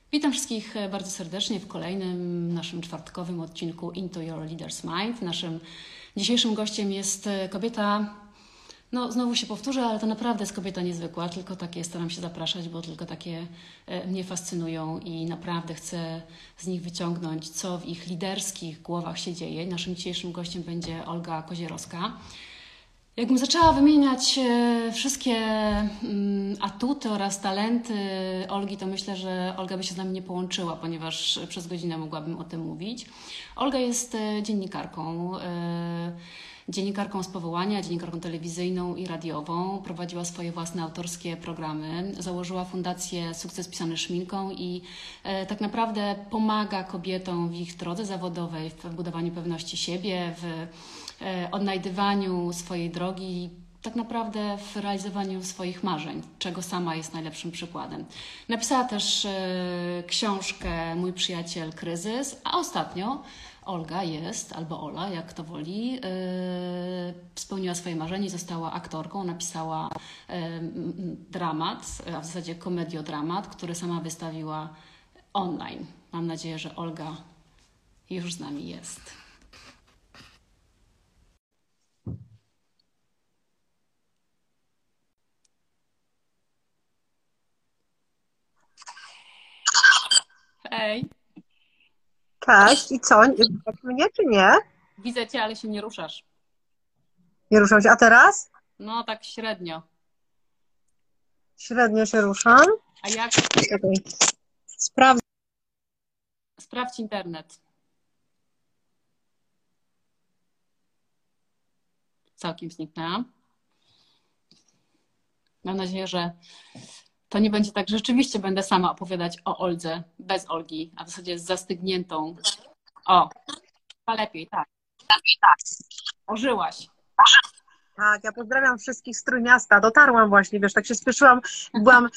Witam wszystkich bardzo serdecznie w kolejnym naszym czwartkowym odcinku Into Your Leader's Mind. Naszym dzisiejszym gościem jest kobieta, no znowu się powtórzę, ale to naprawdę jest kobieta niezwykła, tylko takie staram się zapraszać, bo tylko takie mnie fascynują i naprawdę chcę z nich wyciągnąć, co w ich liderskich głowach się dzieje. Naszym dzisiejszym gościem będzie Olga Kozierowska. Jakbym zaczęła wymieniać wszystkie atuty oraz talenty Olgi, to myślę, że Olga by się z nami nie połączyła, ponieważ przez godzinę mogłabym o tym mówić. Olga jest dziennikarką z powołania, dziennikarką telewizyjną i radiową. Prowadziła swoje własne autorskie programy, założyła fundację Sukces Pisany Szminką i tak naprawdę pomaga kobietom w ich drodze zawodowej, w budowaniu pewności siebie, w odnajdywaniu swojej drogi, tak naprawdę w realizowaniu swoich marzeń, czego sama jest najlepszym przykładem. Napisała też książkę Mój przyjaciel kryzys, a ostatnio Olga jest, albo Ola, jak kto woli, spełniła swoje marzenie i została aktorką. Napisała dramat, a w zasadzie komediodramat, który sama wystawiła online. Mam nadzieję, że Olga już z nami jest. Hej, Cześć, i co? Widać mnie czy nie? widzę Cię, ale się nie ruszasz. Nie ruszam się. A teraz? No tak średnio. Średnio się ruszam. A jak? Czekaj. Sprawdzę. Sprawdź internet. Całkiem zniknęła. Mam nadzieję, że to nie będzie tak, że rzeczywiście będę sama opowiadać o Oldze, bez Olgi, a w zasadzie z zastygniętą. O, chyba lepiej, tak. Ożyłaś. Tak, ja pozdrawiam wszystkich z Trójmiasta. Dotarłam właśnie, wiesz, tak się spieszyłam. Byłam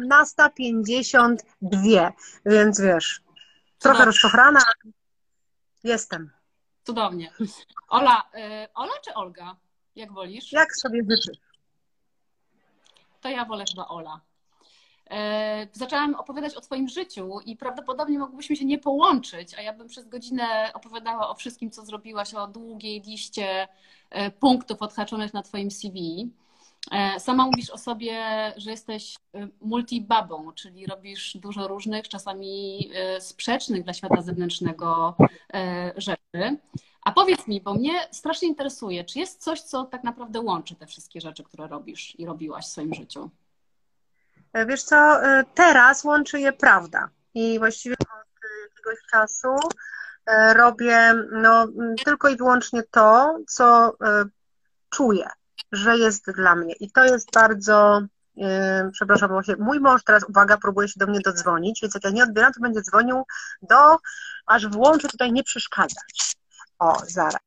17:52, więc wiesz, trochę Cudownie. rozczochrana. Jestem. Cudownie. Ola, Ola czy Olga? Jak wolisz? Jak sobie życzysz? To ja wolę chyba Ola. Zaczęłam opowiadać o Twoim życiu i prawdopodobnie mogłybyśmy się nie połączyć, a ja bym przez godzinę opowiadała o wszystkim, co zrobiłaś, o długiej liście punktów odhaczonych na Twoim CV. Sama mówisz o sobie, że jesteś multibabą, czyli robisz dużo różnych, czasami sprzecznych dla świata zewnętrznego rzeczy. A powiedz mi, bo mnie strasznie interesuje, czy jest coś, co tak naprawdę łączy te wszystkie rzeczy, które robisz i robiłaś w swoim życiu? Wiesz co, teraz łączy je prawda. I właściwie od jakiegoś czasu robię no, tylko i wyłącznie to, co czuję, że jest dla mnie. I to jest bardzo, przepraszam, bo mój mąż teraz, uwaga, próbuje się do mnie dodzwonić, więc jak ja nie odbieram, to będzie dzwonił aż włączę tutaj nie przeszkadzać. O, zaraz.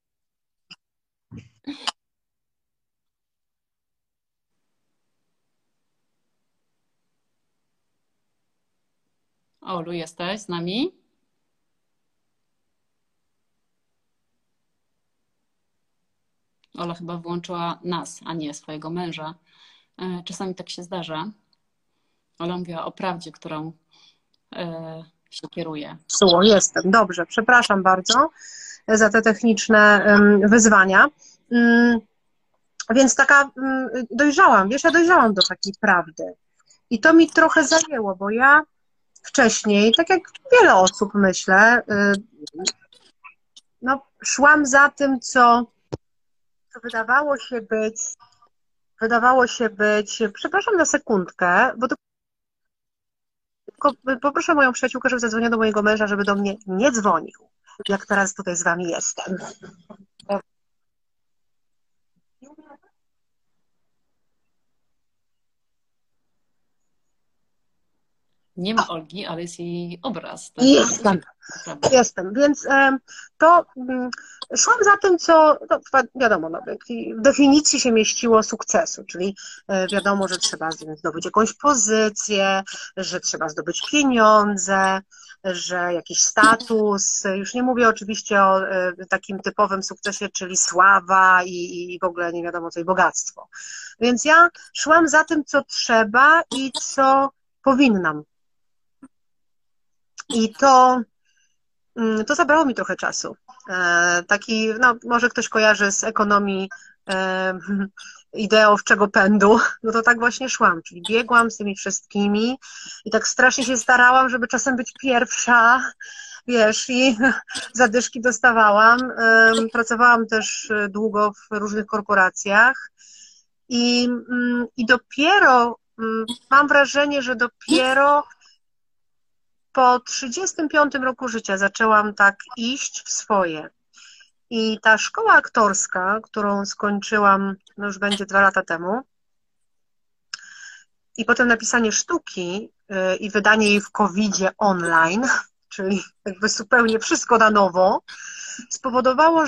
Olu, jesteś z nami? Ola chyba włączyła nas, a nie swojego męża. Czasami tak się zdarza. Ola mówiła o prawdzie, którą się kieruje. Jestem, dobrze, przepraszam bardzo za te techniczne wyzwania. Więc taka dojrzałam, wiesz, ja dojrzałam do takiej prawdy. I to mi trochę zajęło, bo ja wcześniej, tak jak wiele osób myślę, no, szłam za tym, co wydawało się być, przepraszam na sekundkę, bo tylko poproszę moją przyjaciółkę, żeby zadzwoniła do mojego męża, żeby do mnie nie dzwonił, jak teraz tutaj z wami jestem. Nie ma Olgi, ale jest jej obraz. To jest Jestem, więc to szłam za tym, co no, wiadomo, no, w definicji się mieściło sukcesu, czyli wiadomo, że trzeba zdobyć jakąś pozycję, że trzeba zdobyć pieniądze, że jakiś status, już nie mówię oczywiście o takim typowym sukcesie, czyli sława i w ogóle nie wiadomo co, i bogactwo. Więc ja szłam za tym, co trzeba i co powinnam. I to zabrało mi trochę czasu. Taki, no może ktoś kojarzy z ekonomii ideę owczego pędu, no to tak właśnie szłam, czyli biegłam z tymi wszystkimi i tak strasznie się starałam, żeby czasem być pierwsza, wiesz, i zadyszki dostawałam. Pracowałam też długo w różnych korporacjach i dopiero, mam wrażenie, że dopiero po 35 roku życia zaczęłam tak iść w swoje. I ta szkoła aktorska, którą skończyłam, no już będzie 2 lata temu, i potem napisanie sztuki i wydanie jej w COVID-zie online, czyli jakby zupełnie wszystko na nowo, spowodowało,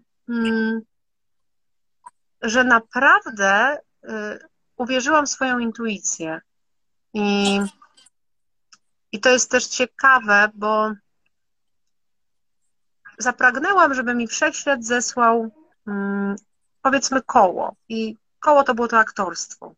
że naprawdę uwierzyłam w swoją intuicję. I to jest też ciekawe, bo zapragnęłam, żeby mi wszechświat zesłał, powiedzmy, koło. I koło to było to aktorstwo.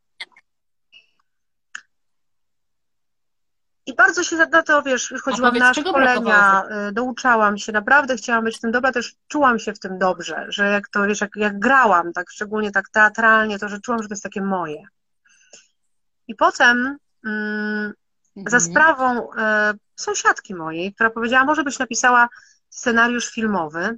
I bardzo się na to, wiesz, chodziłam na szkolenia, douczałam się, naprawdę chciałam być w tym dobra, też czułam się w tym dobrze, że jak to, wiesz, jak grałam, tak szczególnie tak teatralnie, to że czułam, że to jest takie moje. I potem za sprawą sąsiadki mojej, która powiedziała, może byś napisała scenariusz filmowy,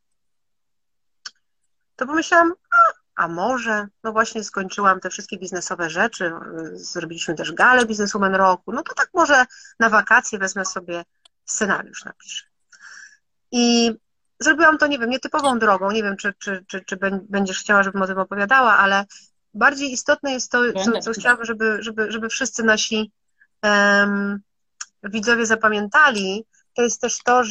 to pomyślałam, a może, no właśnie skończyłam te wszystkie biznesowe rzeczy, zrobiliśmy też galę Bizneswoman Roku, no to tak może na wakacje wezmę sobie scenariusz, napiszę. I zrobiłam to, nie wiem, nietypową drogą, nie wiem, czy będziesz chciała, żebym o tym opowiadała, ale bardziej istotne jest to, co chciałabym, żeby wszyscy nasi widzowie zapamiętali, to jest też to,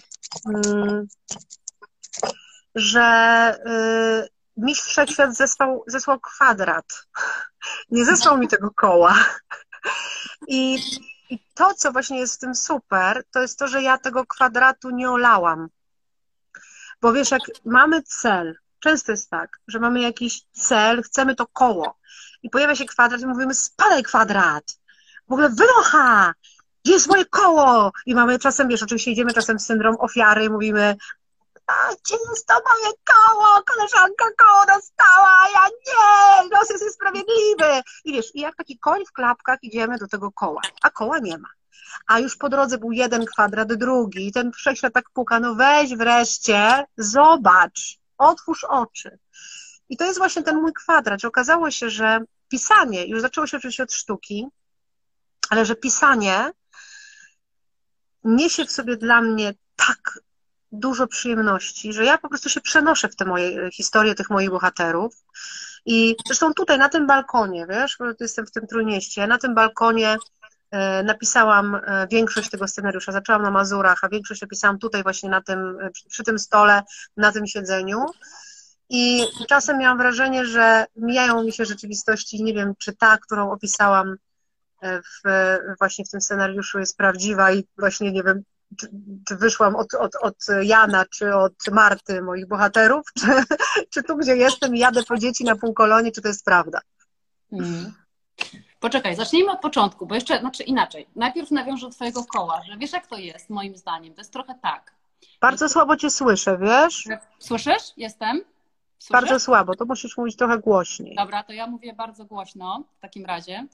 że mistrz Wszechświat zesłał kwadrat. Nie zesłał mi tego koła. I to, co właśnie jest w tym super, to jest to, że ja tego kwadratu nie olałam. Bo wiesz, jak mamy cel, często jest tak, że mamy jakiś cel, chcemy to koło i pojawia się kwadrat i mówimy, spadaj kwadrat, w ogóle wynocha, gdzie jest moje koło? I mamy czasem, wiesz, oczywiście idziemy czasem w syndrom ofiary i mówimy, a gdzie jest to moje koło? Koleżanka koło dostała, a ja nie, los jest niesprawiedliwy. I wiesz, i jak taki koń w klapkach idziemy do tego koła, a koła nie ma. A już po drodze był jeden kwadrat, drugi i ten wszechświat tak puka, no weź wreszcie, zobacz, otwórz oczy. I to jest właśnie ten mój kwadrat, że okazało się, że pisanie, już zaczęło się oczywiście od sztuki, ale że pisanie niesie w sobie dla mnie tak dużo przyjemności, że ja po prostu się przenoszę w te moje historie tych moich bohaterów. I zresztą tutaj, na tym balkonie, wiesz, bo jestem w tym Trójmieście, na tym balkonie napisałam większość tego scenariusza. Zaczęłam na Mazurach, a większość napisałam tutaj właśnie przy tym stole, na tym siedzeniu. I czasem miałam wrażenie, że mijają mi się rzeczywistości, nie wiem, czy ta, którą opisałam właśnie w tym scenariuszu jest prawdziwa i właśnie nie wiem, czy wyszłam od Jana, czy od Marty, moich bohaterów, czy tu, gdzie jestem i jadę po dzieci na półkolonie, czy to jest prawda. Poczekaj, zacznijmy od początku, bo jeszcze, znaczy inaczej. Najpierw nawiążę do twojego koła, że wiesz, jak to jest, moim zdaniem. To jest trochę tak. Bardzo słabo cię słyszę, wiesz? Słyszysz? Jestem? Słyszysz? Bardzo słabo, to musisz mówić trochę głośniej. Dobra, to ja mówię bardzo głośno w takim razie.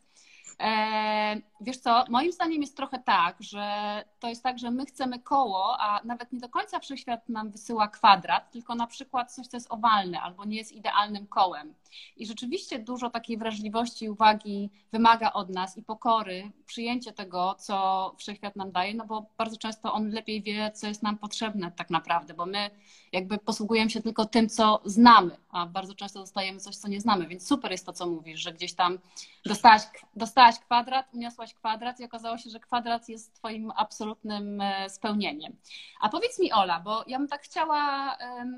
Wiesz co, moim zdaniem jest trochę tak, że to jest tak, że my chcemy koło, a nawet nie do końca wszechświat nam wysyła kwadrat, tylko na przykład coś, co jest owalne albo nie jest idealnym kołem. I rzeczywiście dużo takiej wrażliwości i uwagi wymaga od nas i pokory, przyjęcie tego, co wszechświat nam daje, no bo bardzo często on lepiej wie, co jest nam potrzebne tak naprawdę, bo my jakby posługujemy się tylko tym, co znamy, a bardzo często dostajemy coś, co nie znamy, więc super jest to, co mówisz, że gdzieś tam dostałaś kwadrat, uniosłaś kwadrat i okazało się, że kwadrat jest twoim absolutnym spełnieniem. A powiedz mi, Ola, bo ja bym tak chciała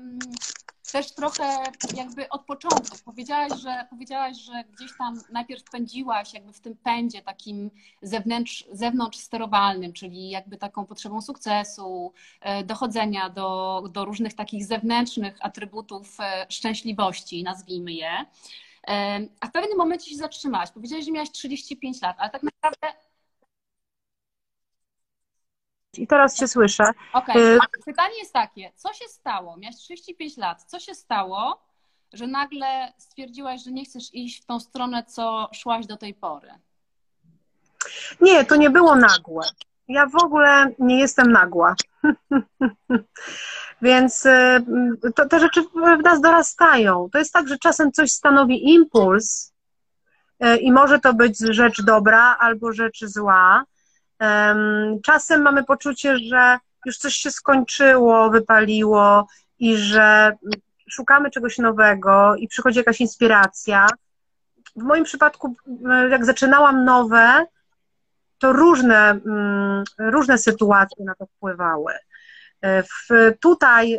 też trochę jakby od początku. Powiedziałaś, że gdzieś tam najpierw pędziłaś jakby w tym pędzie takim zewnątrz sterowalnym, czyli jakby taką potrzebą sukcesu, dochodzenia do różnych takich zewnętrznych atrybutów szczęśliwości, nazwijmy je. A w pewnym momencie się zatrzymałaś. Powiedziałaś, że miałaś 35 lat, ale tak naprawdę I teraz cię słyszę. Okej. Pytanie jest takie, co się stało? Miałaś 35 lat. Co się stało, że nagle stwierdziłaś, że nie chcesz iść w tą stronę, co szłaś do tej pory? Nie, to nie było nagłe. Ja w ogóle nie jestem nagła. Więc te rzeczy w nas dorastają. To jest tak, że czasem coś stanowi impuls i może to być rzecz dobra albo rzecz zła. Czasem mamy poczucie, że już coś się skończyło, wypaliło i że szukamy czegoś nowego i przychodzi jakaś inspiracja. W moim przypadku, jak zaczynałam nowe, to różne sytuacje na to wpływały. Tutaj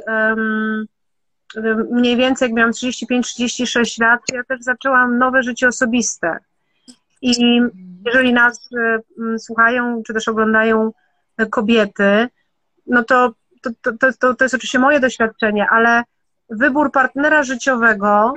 mniej więcej jak miałam 35-36 lat, ja też zaczęłam nowe życie osobiste. I jeżeli nas słuchają, czy też oglądają kobiety, no to jest oczywiście moje doświadczenie, ale wybór partnera życiowego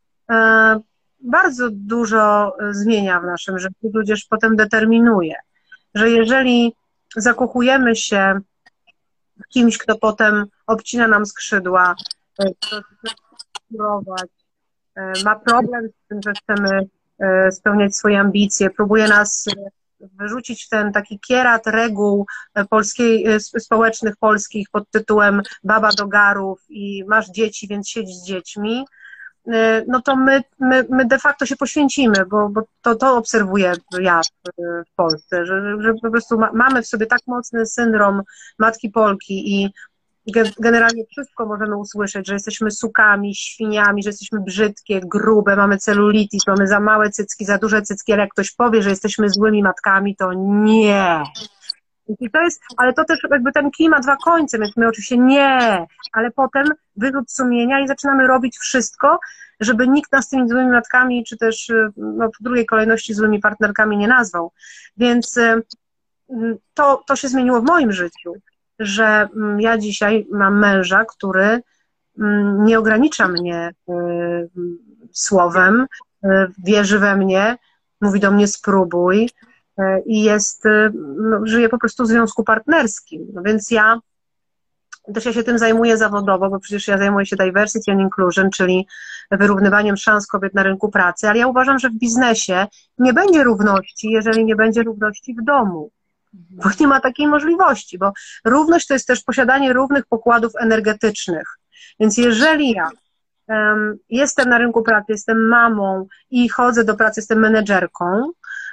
bardzo dużo zmienia w naszym życiu, tudzież potem determinuje, że jeżeli zakochujemy się w kimś, kto potem obcina nam skrzydła, kto chce konkurować, ma problem z tym, że chcemy spełniać swoje ambicje, próbuje nas wyrzucić w ten taki kierat reguł społecznych polskich pod tytułem baba do garów i masz dzieci, więc siedź z dziećmi, no to my de facto się poświęcimy, bo to obserwuję ja w Polsce, że po prostu mamy w sobie tak mocny syndrom matki Polki i generalnie wszystko możemy usłyszeć, że jesteśmy sukami, świniami, że jesteśmy brzydkie, grube, mamy celulitis, mamy za małe cycki, za duże cycki, ale jak ktoś powie, że jesteśmy złymi matkami, to nie. I to jest, ale to też jakby ten klimat dwa końce, więc my oczywiście nie, ale potem wyrzut sumienia i zaczynamy robić wszystko, żeby nikt nas tymi złymi matkami, czy też no, w drugiej kolejności złymi partnerkami nie nazwał. Więc to się zmieniło w moim życiu, że ja dzisiaj mam męża, który nie ogranicza mnie słowem, wierzy we mnie, mówi do mnie spróbuj i żyje po prostu w związku partnerskim. No więc ja się tym zajmuję zawodowo, bo przecież ja zajmuję się diversity and inclusion, czyli wyrównywaniem szans kobiet na rynku pracy, ale ja uważam, że w biznesie nie będzie równości, jeżeli nie będzie równości w domu. Bo nie ma takiej możliwości, bo równość to jest też posiadanie równych pokładów energetycznych. Więc jeżeli ja jestem na rynku pracy, jestem mamą i chodzę do pracy, jestem menedżerką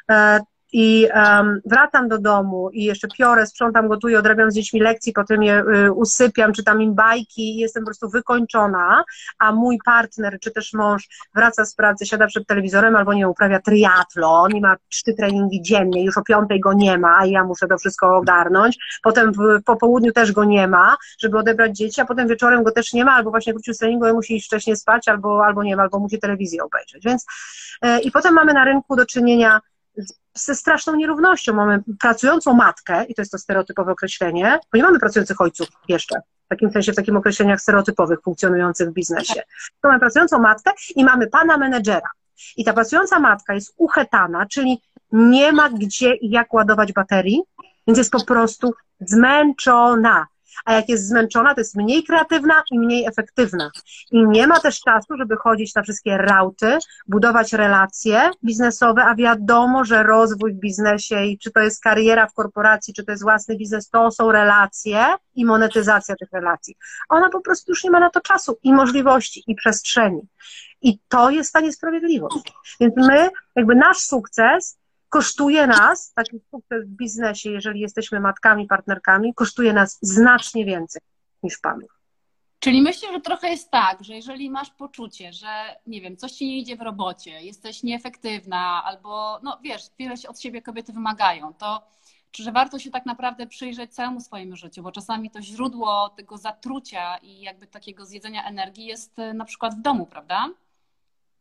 i wracam do domu i jeszcze piorę, sprzątam, gotuję, odrabiam z dziećmi lekcji, potem je usypiam, czytam im bajki i jestem po prostu wykończona, a mój partner czy też mąż wraca z pracy, siada przed telewizorem albo nie uprawia triatlon i ma 3 treningi dziennie, już o 5 go nie ma i ja muszę to wszystko ogarnąć, potem po południu też go nie ma, żeby odebrać dzieci, a potem wieczorem go też nie ma, albo właśnie wrócił z treningu i musi iść wcześniej spać, albo nie ma, albo musi telewizję obejrzeć, więc i potem mamy na rynku do czynienia ze straszną nierównością. Mamy pracującą matkę, i to jest to stereotypowe określenie, bo nie mamy pracujących ojców jeszcze, w takim sensie, w takim określeniach stereotypowych funkcjonujących w biznesie. To mamy pracującą matkę i mamy pana menedżera. I ta pracująca matka jest uchetana, czyli nie ma gdzie i jak ładować baterii, więc jest po prostu zmęczona. A jak jest zmęczona, to jest mniej kreatywna i mniej efektywna. I nie ma też czasu, żeby chodzić na wszystkie rauty, budować relacje biznesowe, a wiadomo, że rozwój w biznesie i czy to jest kariera w korporacji, czy to jest własny biznes, to są relacje i monetyzacja tych relacji. Ona po prostu już nie ma na to czasu i możliwości, i przestrzeni. I to jest ta niesprawiedliwość. Więc jakby nasz sukces kosztuje nas, taki sukces w biznesie, jeżeli jesteśmy matkami, partnerkami, kosztuje nas znacznie więcej niż panów. Czyli myślę, że trochę jest tak, że jeżeli masz poczucie, że nie wiem, coś ci nie idzie w robocie, jesteś nieefektywna albo, no wiesz, wiele się od siebie kobiety wymagają, to czy że warto się tak naprawdę przyjrzeć całemu swojemu życiu, bo czasami to źródło tego zatrucia i jakby takiego zjedzenia energii jest na przykład w domu, prawda?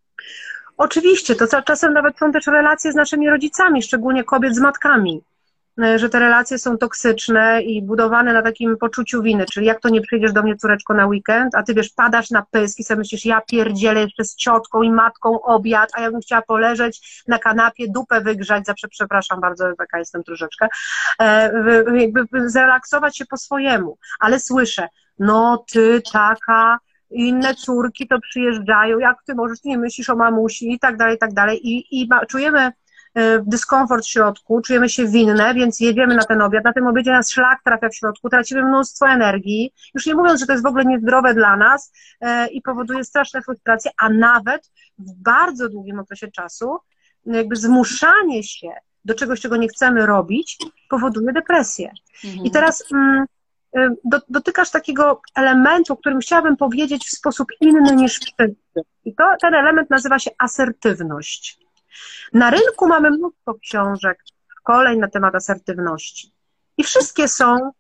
Oczywiście, to czasem nawet są też relacje z naszymi rodzicami, szczególnie kobiet z matkami. że te relacje są toksyczne i budowane na takim poczuciu winy, czyli jak to nie przyjdziesz do mnie, córeczko, na weekend, a ty wiesz, padasz na pysk i sobie myślisz, ja pierdzielę jeszcze z ciotką i matką obiad, a ja bym chciała poleżeć na kanapie, dupę wygrzać, przepraszam bardzo, taka jestem troszeczkę, jakby zrelaksować się po swojemu, ale słyszę, no ty taka, inne córki to przyjeżdżają, jak ty możesz, nie myślisz o mamusi i tak dalej, czujemy dyskomfort w środku, czujemy się winne, więc jedziemy na ten obiad, na tym obiedzie nas szlak trafia w środku, tracimy mnóstwo energii, już nie mówiąc, że to jest w ogóle niezdrowe dla nas i powoduje straszne frustracje, a nawet w bardzo długim okresie czasu jakby zmuszanie się do czegoś, czego nie chcemy robić, powoduje depresję. I teraz dotykasz takiego elementu, o którym chciałabym powiedzieć w sposób inny niż wszyscy. I ten element nazywa się asertywność. Na rynku mamy mnóstwo książek, szkoleń na temat asertywności. I wszystkie są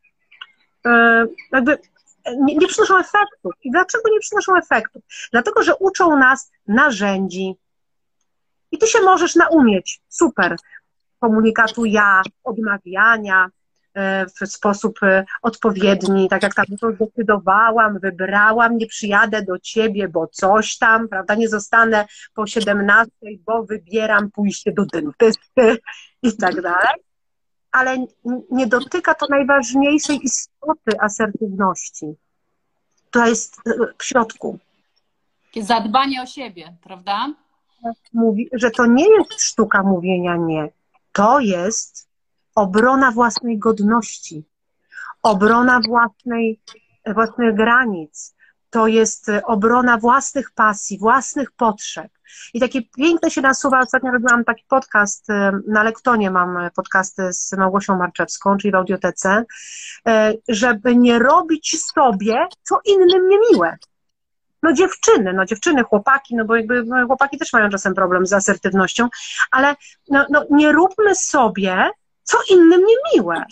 jakby nie przynoszą efektów. I dlaczego nie przynoszą efektów? Dlatego, że uczą nas narzędzi. I ty się możesz naumieć, super, komunikatu ja, odmawiania w sposób odpowiedni, tak jak tam to zdecydowałam, wybrałam, nie przyjadę do ciebie, bo coś tam, prawda, nie zostanę po 17, bo wybieram pójście do dentysty i tak dalej, ale nie dotyka to najważniejszej istoty asertywności, która jest w środku. Zadbanie o siebie, prawda? Mówi, że to nie jest sztuka mówienia nie, to jest obrona własnej godności, obrona własnych granic, to jest obrona własnych pasji, własnych potrzeb. I takie piękne się nasuwa, ostatnio robiłam taki podcast, na Lektonie mam podcasty z Małgosią Marczewską, czyli w audiotece, żeby nie robić sobie, co innym niemiłe. No dziewczyny, chłopaki, no bo jakby chłopaki też mają czasem problem z asertywnością, ale no nie róbmy sobie, co innym niemiłe.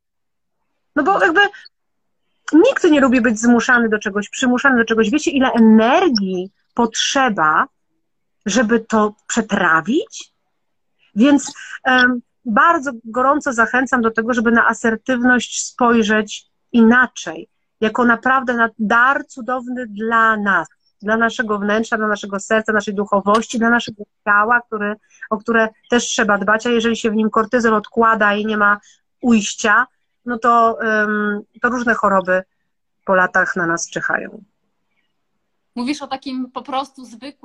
No bo jakby nikt nie lubi być zmuszany do czegoś, przymuszany do czegoś. Wiecie, ile energii potrzeba, żeby to przetrawić? Więc bardzo gorąco zachęcam do tego, żeby na asertywność spojrzeć inaczej, jako naprawdę na dar cudowny dla nas, dla naszego wnętrza, dla naszego serca, naszej duchowości, dla naszego ciała, o które też trzeba dbać, a jeżeli się w nim kortyzol odkłada i nie ma ujścia, no to różne choroby po latach na nas czyhają. Mówisz o takim po prostu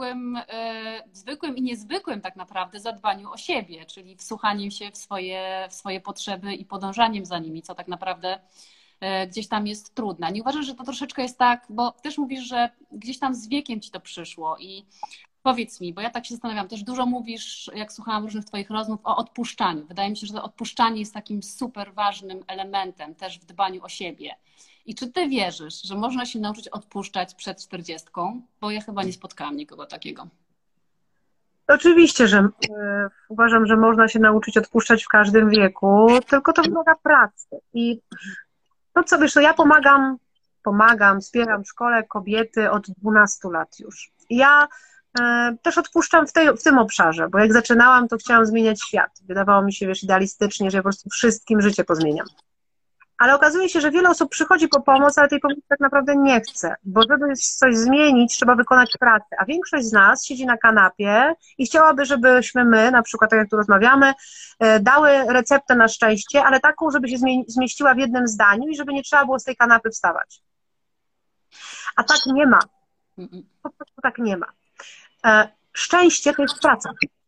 zwykłym i niezwykłym tak naprawdę zadbaniu o siebie, czyli wsłuchaniem się w swoje potrzeby i podążaniem za nimi, co tak naprawdę gdzieś tam jest trudne. Nie uważasz, że to troszeczkę jest tak, bo też mówisz, że gdzieś tam z wiekiem ci to przyszło i powiedz mi, bo ja tak się zastanawiam, też dużo mówisz, jak słuchałam różnych twoich rozmów, o odpuszczaniu. Wydaje mi się, że to odpuszczanie jest takim super ważnym elementem też w dbaniu o siebie. I czy ty wierzysz, że można się nauczyć odpuszczać przed 40? Bo ja chyba nie spotkałam nikogo takiego. Oczywiście, że uważam, że można się nauczyć odpuszczać w każdym wieku, tylko to wymaga pracy. I to co wiesz, to ja pomagam, wspieram szkole kobiety od 12 lat już. Ja też odpuszczam w tym obszarze, bo jak zaczynałam, to chciałam zmieniać świat. Wydawało mi się, wiesz, idealistycznie, że ja po prostu wszystkim życie pozmieniam. Ale okazuje się, że wiele osób przychodzi po pomoc, ale tej pomocy tak naprawdę nie chce, bo żeby coś zmienić, trzeba wykonać pracę, a większość z nas siedzi na kanapie i chciałaby, żebyśmy my, na przykład tak jak tu rozmawiamy, dały receptę na szczęście, ale taką, żeby się zmieściła w jednym zdaniu i żeby nie trzeba było z tej kanapy wstawać. A tak nie ma. Po prostu tak nie ma. Szczęście to jest praca.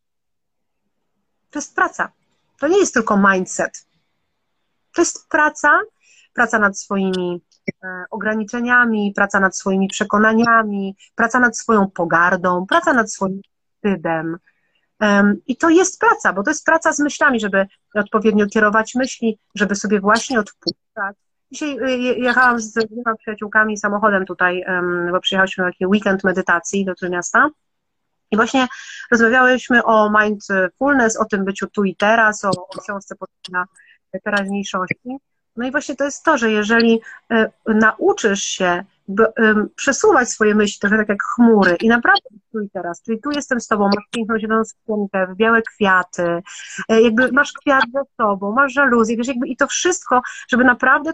To jest praca. To nie jest tylko mindset. To jest praca nad swoimi ograniczeniami, praca nad swoimi przekonaniami, praca nad swoją pogardą, praca nad swoim wstydem. I to jest praca, bo to jest praca z myślami, żeby odpowiednio kierować myśli, żeby sobie właśnie odpuszczać. Dzisiaj jechałam z dwiema przyjaciółkami samochodem tutaj, bo przyjechałyśmy na taki weekend medytacji do Trójmiasta. I właśnie rozmawiałyśmy o mindfulness, o tym byciu tu i teraz, o książce potrzebna teraźniejszości. No i właśnie to jest to, że jeżeli nauczysz się przesuwać swoje myśli, trochę tak jak chmury i naprawdę tu i teraz, czyli tu jestem z tobą, masz piękną zieloną sukienkę, białe kwiaty, jakby masz kwiat ze sobą, masz żaluzję, wiesz, jakby i to wszystko, żeby naprawdę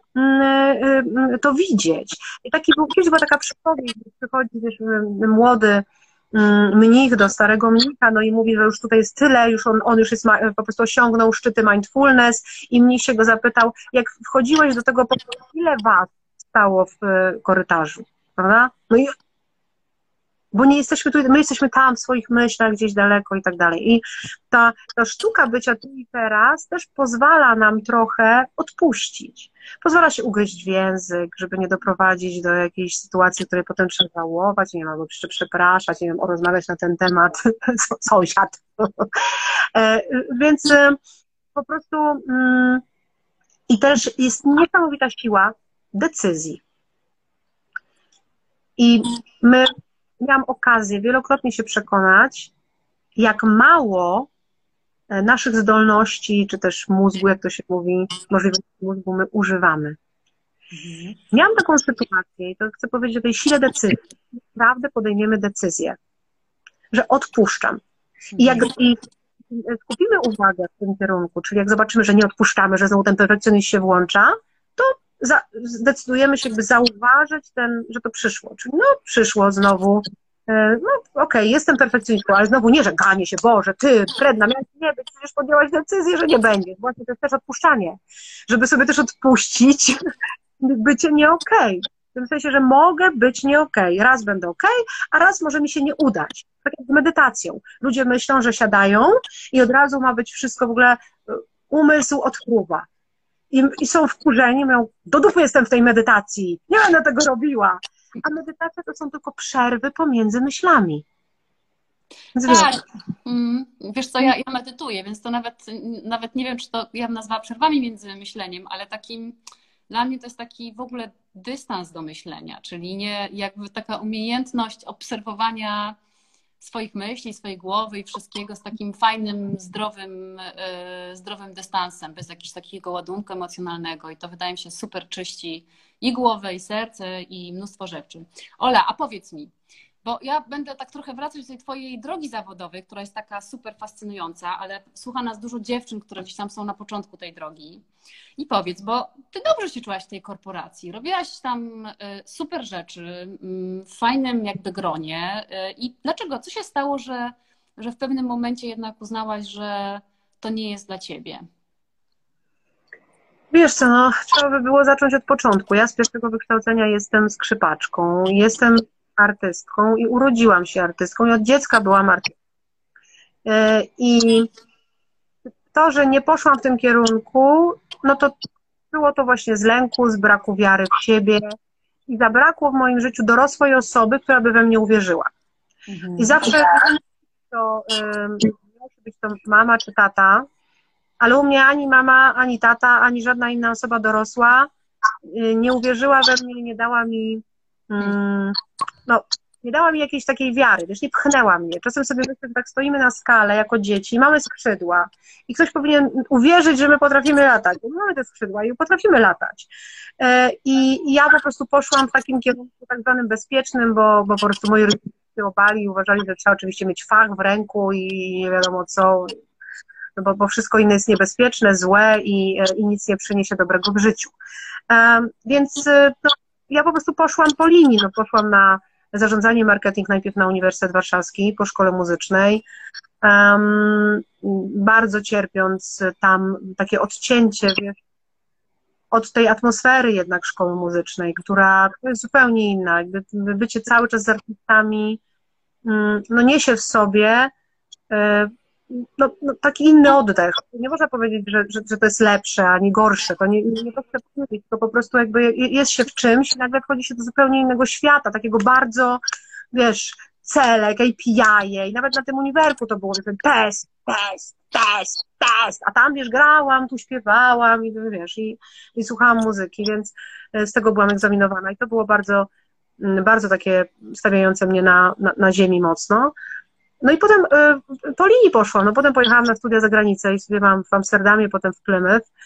to widzieć. I kiedyś była taka przypowieść, że przychodzi, wiesz, młody mnich do starego mnicha, no i mówi, że już tutaj jest tyle, już on już jest, po prostu osiągnął szczyty mindfulness i mnich się go zapytał, jak wchodziłeś do tego pokoju, ile was stało w korytarzu, prawda? No i bo nie jesteśmy tu, my jesteśmy tam w swoich myślach, gdzieś daleko i tak dalej. I ta sztuka bycia tu i teraz też pozwala nam trochę odpuścić. Pozwala się ugryźć w język, żeby nie doprowadzić do jakiejś sytuacji, której potem trzeba żałować, nie wiem, albo jeszcze przepraszać, nie wiem, rozmawiać na ten temat sąsiad. Więc po prostu i też jest niesamowita siła decyzji. I miałam okazję wielokrotnie się przekonać, jak mało naszych zdolności, czy też mózgu, jak to się mówi, możliwości mózgu my używamy. Miałam taką sytuację i to chcę powiedzieć o tej sile decyzji. Naprawdę podejmiemy decyzję, że odpuszczam. I skupimy uwagę w tym kierunku, czyli jak zobaczymy, że nie odpuszczamy, że znowu ten perfekcjonizm się włącza, to zdecydujemy się jakby zauważyć że to przyszło. Czyli przyszło znowu, okej, jestem perfekcjonistką, ale znowu nie, że ganie się, Boże, ty, wredna, miałeś nie być, przecież podjęłaś decyzję, że nie będzie. Właśnie to jest też odpuszczanie, żeby sobie też odpuścić bycie nie okej. W tym sensie, że mogę być nie okej. Raz będę okej, a raz może mi się nie udać. Tak jak z medytacją. Ludzie myślą, że siadają i od razu ma być wszystko w ogóle, umysł odpływa. I są wkurzeni, mówią, do dupy jestem w tej medytacji, nie będę tego robiła. A medytacja to są tylko przerwy pomiędzy myślami. Tak. Wiesz co, ja medytuję, więc to nawet nie wiem, czy to ja bym nazwała przerwami między myśleniem, ale dla mnie to jest taki w ogóle dystans do myślenia, czyli nie jakby taka umiejętność obserwowania swoich myśli, swojej głowy i wszystkiego z takim fajnym, zdrowym dystansem, bez jakiegoś takiego ładunku emocjonalnego i to wydaje mi się super czyści i głowę, i serce, i mnóstwo rzeczy. Ola, a powiedz mi, bo ja będę tak trochę wracać do tej twojej drogi zawodowej, która jest taka super fascynująca, ale słucha nas dużo dziewczyn, które gdzieś tam są na początku tej drogi. I powiedz, bo ty dobrze się czułaś w tej korporacji, robiłaś tam super rzeczy, w fajnym jakby gronie. I dlaczego? Co się stało, że w pewnym momencie jednak uznałaś, że to nie jest dla ciebie? Wiesz co, trzeba by było zacząć od początku. Ja z pierwszego wykształcenia jestem skrzypaczką, jestem artystką i urodziłam się artystką i od dziecka byłam artystką. I to, że nie poszłam w tym kierunku, no to było to właśnie z lęku, z braku wiary w siebie i zabrakło w moim życiu dorosłej osoby, która by we mnie uwierzyła. I zawsze to musi być to mama czy tata, ale u mnie ani mama, ani tata, ani żadna inna osoba dorosła nie uwierzyła we mnie, nie dała mi nie dała mi jakiejś takiej wiary, wiesz, nie pchnęła mnie. Czasem sobie myślę, że tak stoimy na skale jako dzieci, mamy skrzydła i ktoś powinien uwierzyć, że my potrafimy latać. Bo mamy te skrzydła i potrafimy latać. I ja po prostu poszłam w takim kierunku tak zwanym bezpiecznym, bo po prostu moi rodzice się obali i uważali, że trzeba oczywiście mieć fach w ręku i nie wiadomo co, no bo wszystko inne jest niebezpieczne, złe i nic nie przyniesie dobrego w życiu. Więc ja po prostu poszłam po linii, poszłam na zarządzanie marketing najpierw na Uniwersytet Warszawski, po szkole muzycznej, bardzo cierpiąc tam takie odcięcie, wiesz, od tej atmosfery jednak szkoły muzycznej, która jest zupełnie inna, jakby bycie cały czas z artystami, niesie w sobie taki inny oddech. Nie można powiedzieć, że to jest lepsze, ani gorsze. To nie to chcę powiedzieć, to po prostu jakby jest się w czymś i nagle wchodzi się do zupełnie innego świata, takiego bardzo, wiesz, cele, KPI, i nawet na tym uniwerku to było, że test, a tam, wiesz, grałam, tu śpiewałam i wiesz, i słuchałam muzyki, więc z tego byłam egzaminowana i to było bardzo, bardzo takie stawiające mnie na ziemi mocno. No i potem po linii poszłam, potem pojechałam na studia za granicę i studiowałam w Amsterdamie, potem w Plymouth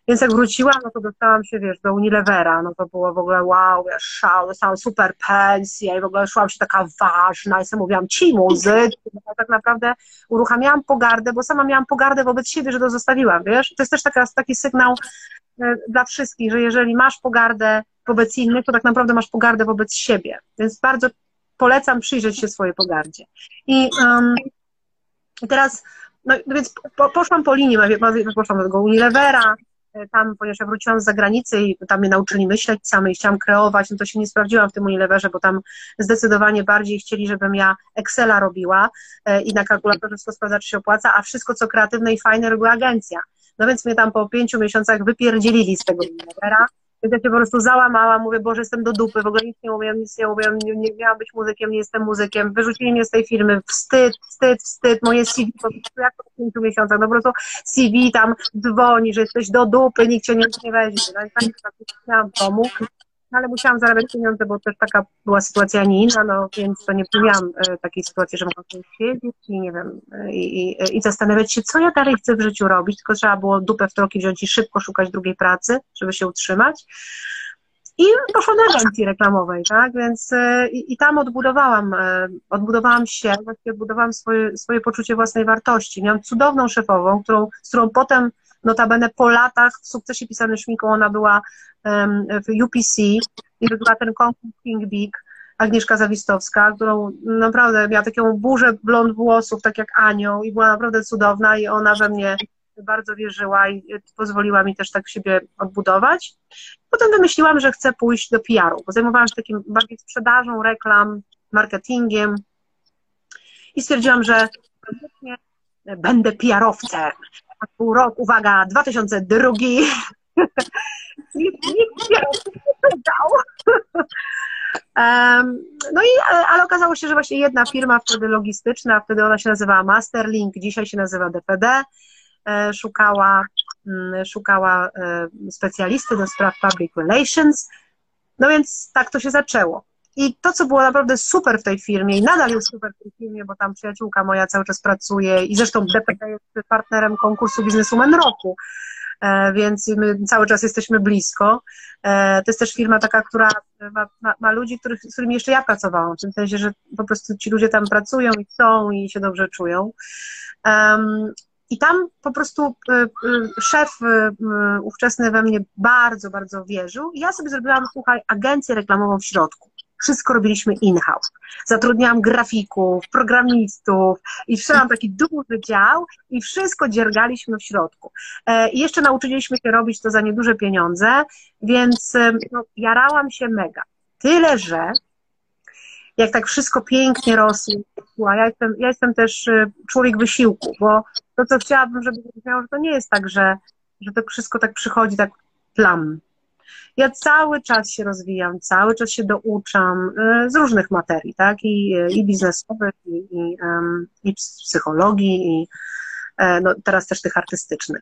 Więc jak wróciłam, no to dostałam się, wiesz, do Unilevera, no to było w ogóle wow, ja szał, dostałam super pensję i w ogóle szłam się taka ważna i sobie mówiłam, ci muzycy, no tak naprawdę uruchamiałam pogardę, bo sama miałam pogardę wobec siebie, że to zostawiłam, wiesz, to jest też taki sygnał dla wszystkich, że jeżeli masz pogardę wobec innych, to tak naprawdę masz pogardę wobec siebie, więc bardzo polecam przyjrzeć się swojej pogardzie. I teraz, no więc poszłam po linii, poszłam do tego Unilevera, tam, ponieważ ja wróciłam z zagranicy i tam mnie nauczyli myśleć samej i chciałam kreować, no to się nie sprawdziłam w tym Unileverze, bo tam zdecydowanie bardziej chcieli, żebym ja Excela robiła i na kalkulatorze wszystko sprawdza, czy się opłaca, a wszystko, co kreatywne i fajne, robiła agencja. No więc mnie tam po 5 miesiącach wypierdzielili z tego Unilevera. Więc ja się po prostu załamałam, mówię, Boże, jestem do dupy, w ogóle nic nie umiem, nie miałam być muzykiem, nie jestem muzykiem, wyrzucili mnie z tej firmy, wstyd, moje CV, po prostu jak po 5 miesiącach, no po prostu CV tam dzwoni, że jesteś do dupy, nikt cię nie weźmie, no i tak miałam w domu, no, ale musiałam zarabiać pieniądze, bo też taka była sytuacja, a nie inna, no więc to nie miałam takiej sytuacji, że mogłam siedzieć i nie wiem, i zastanawiać się, co ja dalej chcę w życiu robić, tylko trzeba było dupę w troki wziąć i szybko szukać drugiej pracy, żeby się utrzymać. I poszłam do agencji reklamowej, tak, więc i tam odbudowałam się, właściwie odbudowałam swoje poczucie własnej wartości. Miałam cudowną szefową, z którą potem, notabene po latach w Sukcesie pisanym szminką, ona była w UPC i była ten konkurs Think Big, Agnieszka Zawistowska, którą naprawdę miała taką burzę blond włosów, tak jak anioł i była naprawdę cudowna i ona we mnie bardzo wierzyła i pozwoliła mi też tak siebie odbudować. Potem wymyśliłam, że chcę pójść do PR-u, bo zajmowałam się takim bardziej sprzedażą, reklam, marketingiem i stwierdziłam, że będę PR-owcem. A pół roku, uwaga, 2002. Nikt PR-owców nie pytał. No i, ale okazało się, że właśnie jedna firma wtedy logistyczna, wtedy ona się nazywała Masterlink, dzisiaj się nazywa DPD, szukała specjalisty do spraw public relations, no więc tak to się zaczęło. I to, co było naprawdę super w tej firmie i nadal jest super w tej firmie, bo tam przyjaciółka moja cały czas pracuje i zresztą DPD jest partnerem konkursu Bizneswoman Roku, więc my cały czas jesteśmy blisko. To jest też firma taka, która ma ludzi, z którymi jeszcze ja pracowałam, w tym sensie, że po prostu ci ludzie tam pracują i chcą i się dobrze czują. I tam po prostu szef ówczesny we mnie bardzo, bardzo wierzył i ja sobie zrobiłam, słuchaj, agencję reklamową w środku. Wszystko robiliśmy in-house. Zatrudniałam grafików, programistów i wszedłam taki duży dział i wszystko dziergaliśmy w środku. I jeszcze nauczyliśmy się robić to za nieduże pieniądze, więc no, jarałam się mega. Tyle, że jak tak wszystko pięknie rosło, ja jestem też człowiek wysiłku, bo to, co chciałabym, żeby wybrzmiało, że to nie jest tak, że to wszystko tak przychodzi tak plam. Ja cały czas się rozwijam, cały czas się douczam z różnych materii, tak? I biznesowych, i psychologii, i no, teraz też tych artystycznych.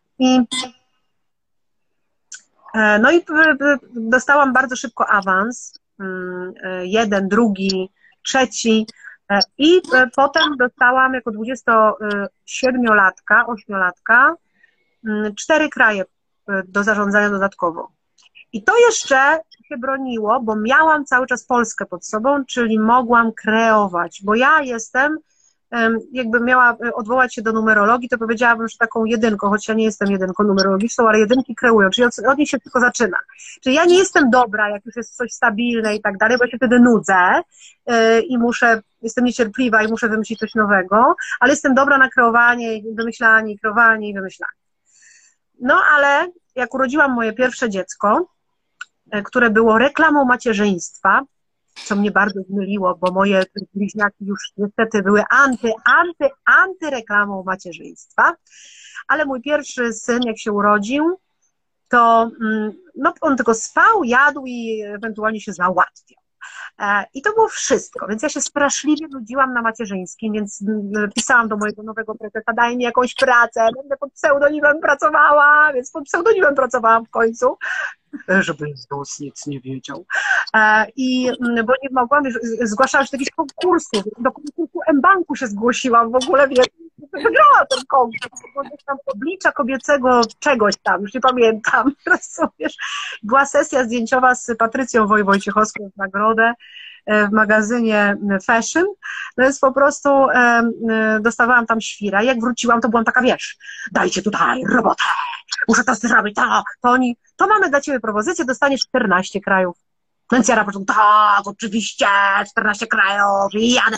No i dostałam bardzo szybko awans, jeden, drugi, trzeci i potem dostałam jako 27-latka, 8-latka 4 kraje do zarządzania dodatkowo. I to jeszcze się broniło, bo miałam cały czas Polskę pod sobą, czyli mogłam kreować, bo ja jestem, jakbym miała odwołać się do numerologii, to powiedziałabym, że taką jedynką, choć ja nie jestem jedynką numerologiczną, ale jedynki kreują, czyli od nich się tylko zaczyna. Czyli ja nie jestem dobra, jak już jest coś stabilne i tak dalej, bo ja się wtedy nudzę i jestem niecierpliwa i muszę wymyślić coś nowego, ale jestem dobra na kreowanie, wymyślanie, kreowanie i wymyślanie. No ale jak urodziłam moje pierwsze dziecko, które było reklamą macierzyństwa, co mnie bardzo zmyliło, bo moje bliźniaki już niestety były antyreklamą macierzyństwa, ale mój pierwszy syn, jak się urodził, to no, on tylko spał, jadł i ewentualnie się załatwiał. I to było wszystko, więc ja się straszliwie nudziłam na macierzyńskim, więc pisałam do mojego nowego prezesa, daj mi jakąś pracę, będę pod pseudonimem pracowała, więc pod pseudonimem pracowałam w końcu, żeby ZUS nic nie wiedział. Bo nie mogłam, zgłaszałam się do jakichś konkursów, do konkursu mBanku się zgłosiłam w ogóle, wygrała ten konkurs, bo gdzieś tam oblicza kobiecego czegoś tam, już nie pamiętam, rozumiesz. Była sesja zdjęciowa z Patrycją Wojciechowską w nagrodę w magazynie Fashion, no więc po prostu dostawałam tam świra i jak wróciłam, to byłam taka, wiesz, dajcie tutaj robotę, muszę to zrobić, to oni, to mamy dla ciebie propozycję, dostaniesz 14 krajów. No więc ja na początku, tak, oczywiście, 14 krajów i jadę.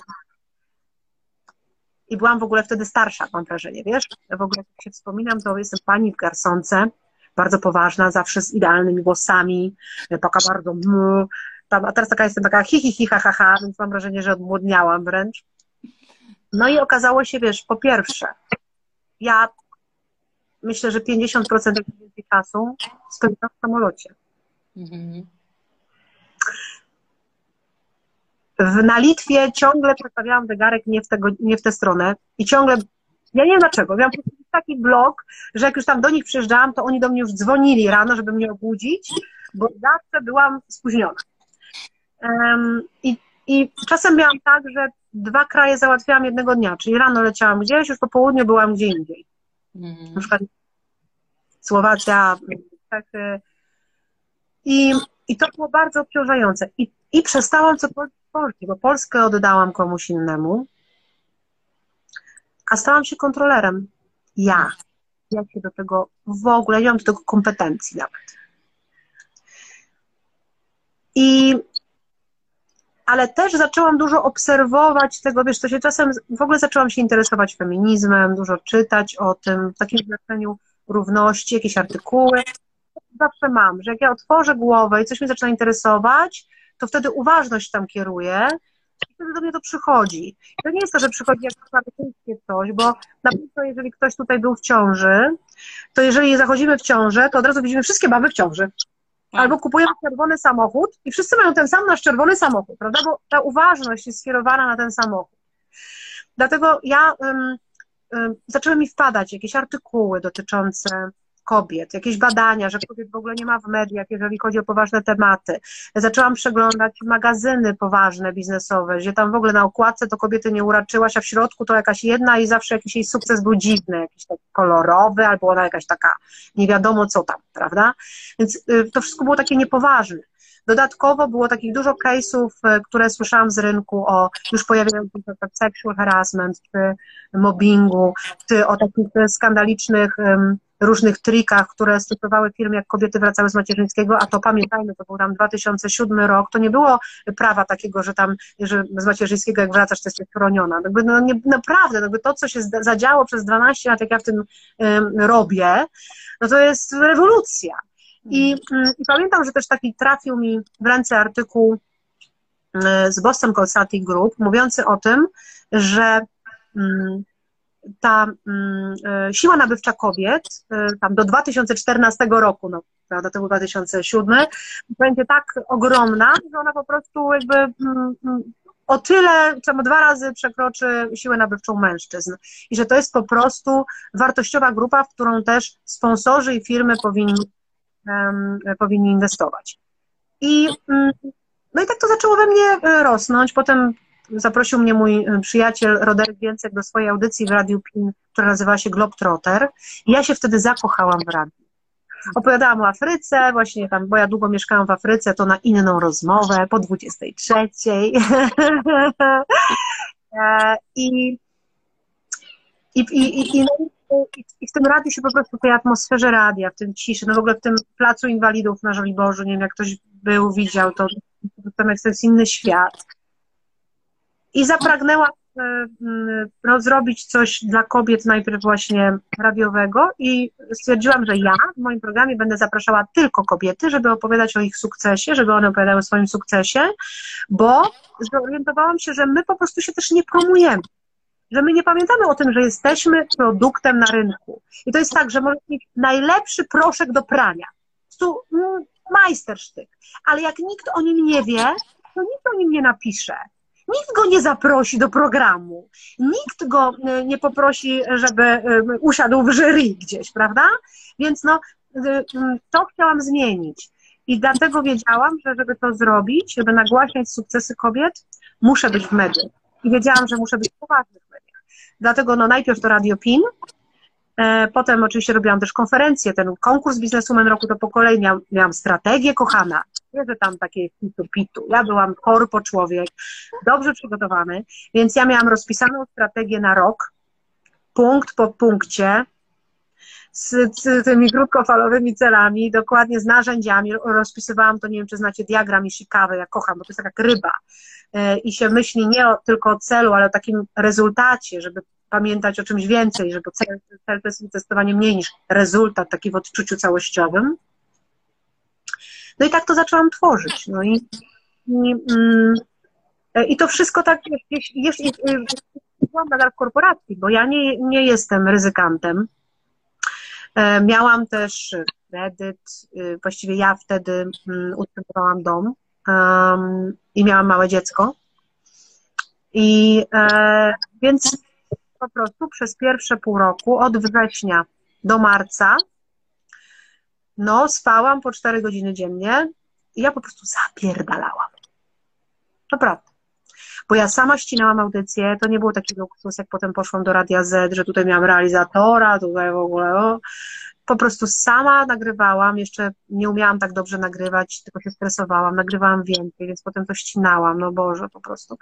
I byłam w ogóle wtedy starsza, mam wrażenie, wiesz? Ja w ogóle, jak się wspominam, to jestem pani w garsonce, bardzo poważna, zawsze z idealnymi włosami, taka bardzo tam, a teraz taka jestem taka ha, więc mam wrażenie, że odmłodniałam wręcz. No i okazało się, wiesz, po pierwsze, ja myślę, że 50% czasu spędzam w samolocie. Na Litwie ciągle przestawiałam zegarek nie w tę stronę i ciągle, ja nie wiem dlaczego, miałam taki blok, że jak już tam do nich przyjeżdżałam, to oni do mnie już dzwonili rano, żeby mnie obudzić, bo zawsze byłam spóźniona. I czasem miałam tak, że 2 kraje załatwiałam jednego dnia, czyli rano leciałam gdzieś, już po południu byłam gdzie indziej. Na przykład Słowacja, Czechy. I to było bardzo obciążające. I przestałam cokolwiek w Polsce, bo Polskę oddałam komuś innemu, a stałam się kontrolerem. Ja się do tego w ogóle, nie mam do tego kompetencji nawet. Ale też zaczęłam dużo obserwować tego, wiesz, to się czasem, w ogóle zaczęłam się interesować feminizmem, dużo czytać o tym, w takim znaczeniu równości, jakieś artykuły. Zawsze mam, że jak ja otworzę głowę i coś mnie zaczyna interesować, to wtedy uważność tam kieruję i wtedy do mnie to przychodzi. To nie jest to, że przychodzi jakieś natychmiastowne coś, bo na przykład jeżeli ktoś tutaj był w ciąży, to jeżeli zachodzimy w ciążę, to od razu widzimy wszystkie baby w ciąży. Albo kupujemy czerwony samochód i wszyscy mają ten sam nasz czerwony samochód, prawda? Bo ta uważność jest skierowana na ten samochód. Dlatego zaczęły mi wpadać jakieś artykuły dotyczące kobiet, jakieś badania, że kobiet w ogóle nie ma w mediach, jeżeli chodzi o poważne tematy. Zaczęłam przeglądać magazyny poważne, biznesowe, gdzie tam w ogóle na okładce to kobiety nie uraczyłaś, a w środku to jakaś jedna i zawsze jakiś jej sukces był dziwny, jakiś taki kolorowy, albo ona jakaś taka nie wiadomo co tam, prawda? Więc to wszystko było takie niepoważne. Dodatkowo było takich dużo case'ów, które słyszałam z rynku o już pojawiającym się sexual harassment, czy mobbingu, czy o takich skandalicznych różnych trikach, które stosowały firmy, jak kobiety wracały z macierzyńskiego, a to pamiętajmy, to był tam 2007 rok, to nie było prawa takiego, że tam, że z macierzyńskiego jak wracasz, to jesteś chroniona. Naprawdę, to, co się zadziało przez 12 lat, jak ja w tym robię, no to jest rewolucja. I pamiętam, że też taki trafił mi w ręce artykuł z Boston Consulting Group, mówiący o tym, że ta siła nabywcza kobiet tam do 2014 roku, no, prawda, to był 2007, będzie tak ogromna, że ona po prostu jakby o tyle, czemu 2 razy przekroczy siłę nabywczą mężczyzn. I że to jest po prostu wartościowa grupa, w którą też sponsorzy i firmy powinni inwestować. No i tak to zaczęło we mnie rosnąć. Potem zaprosił mnie mój przyjaciel Roderick Więcek do swojej audycji w Radiu PIN, która nazywała się Globetrotter. I ja się wtedy zakochałam w radiu. Opowiadałam o Afryce, właśnie tam, bo ja długo mieszkałam w Afryce, to na inną rozmowę, po 23. I w tym radiu się po prostu, w tej atmosferze radia, w tym ciszy, no w ogóle w tym placu inwalidów na Żoliborzu, nie wiem, jak ktoś był, widział, to jest inny świat. I zapragnęłam zrobić coś dla kobiet najpierw właśnie radiowego i stwierdziłam, że ja w moim programie będę zapraszała tylko kobiety, żeby opowiadać o ich sukcesie, żeby one opowiadały o swoim sukcesie, bo zorientowałam się, że my po prostu się też nie promujemy. Że my nie pamiętamy o tym, że jesteśmy produktem na rynku. I to jest tak, że możesz mieć najlepszy proszek do prania. Tu majstersztyk. Ale jak nikt o nim nie wie, to nikt o nim nie napisze. Nikt go nie zaprosi do programu. Nikt go nie poprosi, żeby usiadł w jury gdzieś, prawda? Więc no, to chciałam zmienić. I dlatego wiedziałam, że żeby to zrobić, żeby nagłaśniać sukcesy kobiet, muszę być w mediach. I wiedziałam, że muszę być w poważnych mediach. Dlatego no najpierw to Radio PIN, potem oczywiście robiłam też konferencje, ten konkurs Bizneswoman Roku to po kolei miałam strategię, kochana. Nie, że tam takie pitu. Ja byłam korpo człowiek, dobrze przygotowany, więc ja miałam rozpisaną strategię na rok, punkt po punkcie, z tymi krótkofalowymi celami, dokładnie z narzędziami. Rozpisywałam to, nie wiem, czy znacie diagram Ishikawy, ja kocham, bo to jest taka jak ryba. I się myśli nie tylko o celu, ale o takim rezultacie, żeby pamiętać o czymś więcej, żeby cel to jest zdecydowanie mniej niż rezultat, taki w odczuciu całościowym. No i tak to zaczęłam tworzyć. No i to wszystko tak, jeśli byłam nadal w korporacji, bo ja nie jestem ryzykantem. Miałam też kredyt, właściwie ja wtedy utrzymywałam dom i miałam małe dziecko. Więc po prostu przez pierwsze pół roku, od września do marca, no spałam po 4 godziny dziennie i ja po prostu zapierdalałam. Naprawdę. Bo ja sama ścinałam audycję, to nie było taki luksus, jak potem poszłam do Radia Z, że tutaj miałam realizatora, tutaj w ogóle, po prostu sama nagrywałam, jeszcze nie umiałam tak dobrze nagrywać, tylko się stresowałam, nagrywałam więcej, więc potem to ścinałam, no Boże, po prostu.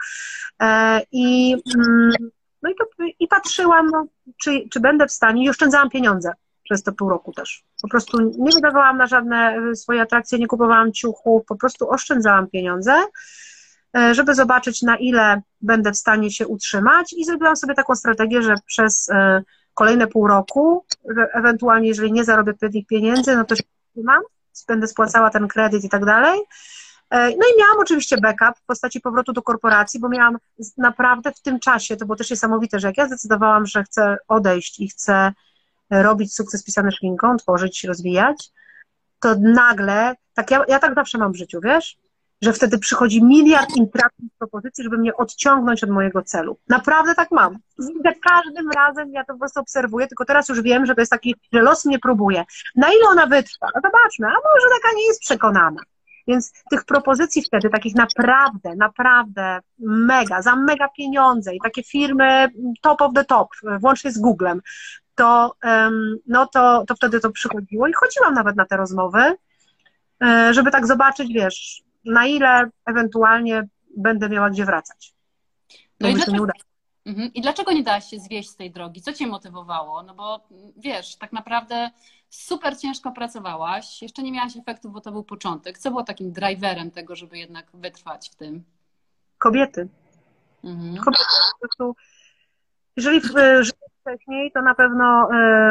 I patrzyłam, no, czy będę w stanie, i oszczędzałam pieniądze przez to pół roku też. Po prostu nie wydawałam na żadne swoje atrakcje, nie kupowałam ciuchów, po prostu oszczędzałam pieniądze, żeby zobaczyć, na ile będę w stanie się utrzymać, i zrobiłam sobie taką strategię, że przez kolejne pół roku, że ewentualnie jeżeli nie zarobię tych pieniędzy, no to się utrzymam, będę spłacała ten kredyt i tak dalej. No i miałam oczywiście backup w postaci powrotu do korporacji, bo miałam naprawdę w tym czasie, to było też niesamowite, że jak ja zdecydowałam, że chcę odejść i chcę robić sukces pisany szminką, tworzyć, rozwijać, to nagle, tak ja tak zawsze mam w życiu, wiesz, że wtedy przychodzi miliard intratnych propozycji, żeby mnie odciągnąć od mojego celu. Naprawdę tak mam. Za każdym razem ja to po prostu obserwuję, tylko teraz już wiem, że to jest taki, że los mnie próbuje. Na ile ona wytrwa? No zobaczmy, a może taka nie jest przekonana. Więc tych propozycji wtedy, takich naprawdę za mega pieniądze i takie firmy top of the top, włącznie z Googlem, to wtedy to przychodziło i chodziłam nawet na te rozmowy, żeby tak zobaczyć, wiesz, na ile ewentualnie będę miała gdzie wracać. No i dlaczego, i dlaczego nie dałaś się zwieść z tej drogi? Co cię motywowało? No bo wiesz, tak naprawdę super ciężko pracowałaś, jeszcze nie miałaś efektów, bo to był początek. Co było takim driverem tego, żeby jednak wytrwać w tym? Kobiety. Kobiety po prostu, jeżeli żyłam wcześniej, to na pewno,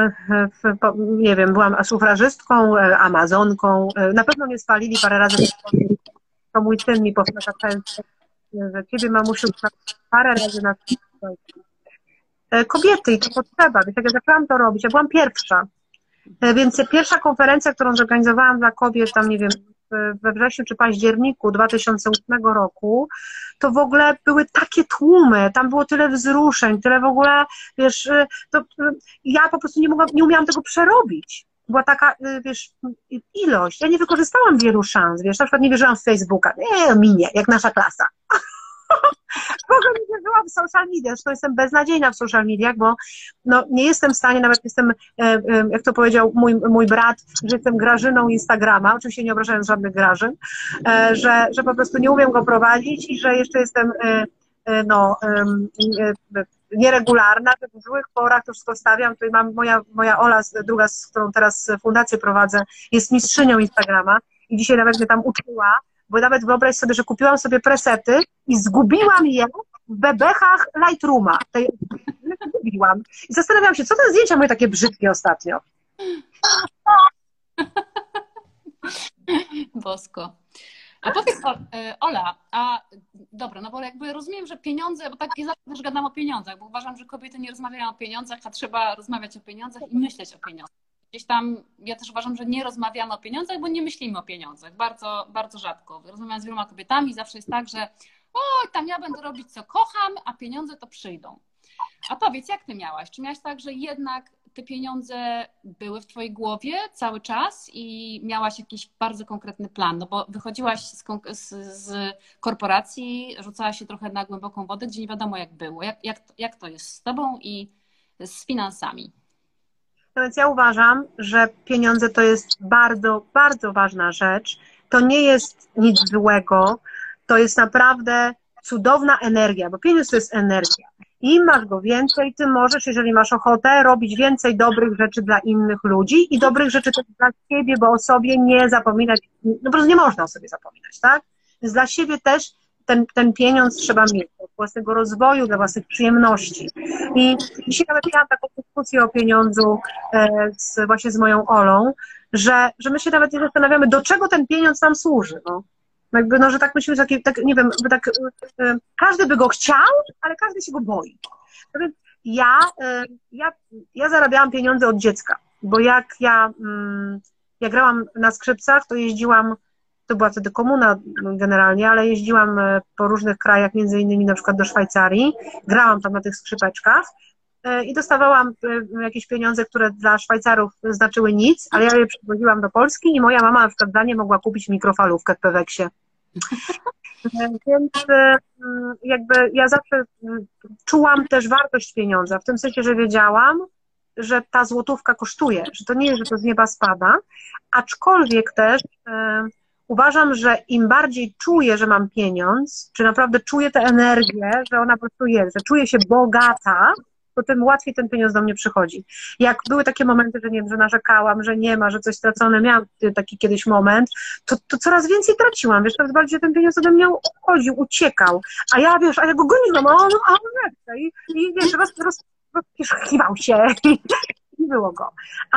nie wiem, byłam sufrażystką, amazonką, na pewno mnie spalili parę razy, to mój syn mi powtarza często, że ciebie, mamusiu, parę razy na kobiety i to potrzeba, więc jak ja zaczęłam to robić, ja byłam pierwsza, więc pierwsza konferencja, którą zorganizowałam dla kobiet, tam nie wiem, we wrześniu czy październiku 2008 roku, to w ogóle były takie tłumy, tam było tyle wzruszeń, tyle w ogóle, wiesz, ja po prostu nie umiałam tego przerobić. Była taka, wiesz, ilość. Ja nie wykorzystałam wielu szans, wiesz, na przykład nie wierzyłam w Facebooka, minie, jak nasza klasa. W ogóle nie wierzyłam w social media, zresztą jestem beznadziejna w social mediach, bo no, nie jestem w stanie, nawet jestem, jak to powiedział mój brat, że jestem Grażyną Instagrama, oczywiście nie obrażając żadnych Grażyn, że po prostu nie umiem go prowadzić i że jeszcze jestem nieregularna, w złych porach to wszystko stawiam. Tutaj mam moja Ola, druga, z którą teraz fundację prowadzę, jest mistrzynią Instagrama i dzisiaj nawet mnie tam uczyła, bo nawet wyobraź sobie, że kupiłam sobie presety i zgubiłam je w bebechach Lightrooma. Zgubiłam. I zastanawiałam się, co te zdjęcia moje takie brzydkie ostatnio. Bosko. A powiedz, Ola, dobra, no bo jakby rozumiem, że pieniądze, bo tak ja zawsze też gadam o pieniądzach, bo uważam, że kobiety nie rozmawiają o pieniądzach, a trzeba rozmawiać o pieniądzach i myśleć o pieniądzach. Gdzieś tam, ja też uważam, że nie rozmawiamy o pieniądzach, bo nie myślimy o pieniądzach. Bardzo, bardzo rzadko. Rozmawiam z wieloma kobietami, zawsze jest tak, że oj, tam ja będę robić co kocham, a pieniądze to przyjdą. A powiedz, jak ty miałaś? Czy miałaś tak, że jednak te pieniądze były w twojej głowie cały czas i miałaś jakiś bardzo konkretny plan? No bo wychodziłaś z korporacji, rzucałaś się trochę na głęboką wodę, gdzie nie wiadomo jak było. Jak to jest z tobą i z finansami? No więc ja uważam, że pieniądze to jest bardzo, bardzo ważna rzecz. To nie jest nic złego, to jest naprawdę cudowna energia, bo pieniądz to jest energia. Im masz go więcej, tym możesz, jeżeli masz ochotę, robić więcej dobrych rzeczy dla innych ludzi i dobrych rzeczy też dla siebie, bo o sobie nie zapominać, no po prostu nie można o sobie zapominać, tak? Więc dla siebie też ten pieniądz trzeba mieć, dla własnego rozwoju, dla własnych przyjemności. I dzisiaj nawet miałam taką dyskusję o pieniądzu właśnie z moją Olą, że my się nawet nie zastanawiamy, do czego ten pieniądz nam służy. No. Jakby, no, że tak myślimy, że tak, nie wiem, każdy by go chciał, ale każdy się go boi. No więc ja zarabiałam pieniądze od dziecka, bo jak ja grałam na skrzypcach, to jeździłam, to była wtedy komuna generalnie, ale jeździłam po różnych krajach, między innymi na przykład do Szwajcarii, grałam tam na tych skrzypeczkach i dostawałam jakieś pieniądze, które dla Szwajcarów znaczyły nic, ale ja je przywoziłam do Polski i moja mama na przykład za nie mogła kupić mikrofalówkę w Peweksie. Więc jakby ja zawsze czułam też wartość pieniądza, w tym sensie, że wiedziałam, że ta złotówka kosztuje, że to nie jest, że to z nieba spada, aczkolwiek też uważam, że im bardziej czuję, że mam pieniądz, czy naprawdę czuję tę energię, że ona po prostu jest, że czuję się bogata, to tym łatwiej ten pieniądz do mnie przychodzi. Jak były takie momenty, że nie wiem, że narzekałam, że nie ma, że coś stracone, miałam taki kiedyś moment, to coraz więcej traciłam, wiesz, coraz bardziej ten pieniądz ode mnie uchodził, uciekał, a ja, wiesz, a ja go goniłam, a on lepsze i wiesz, rozpieszchiwał się i nie było go.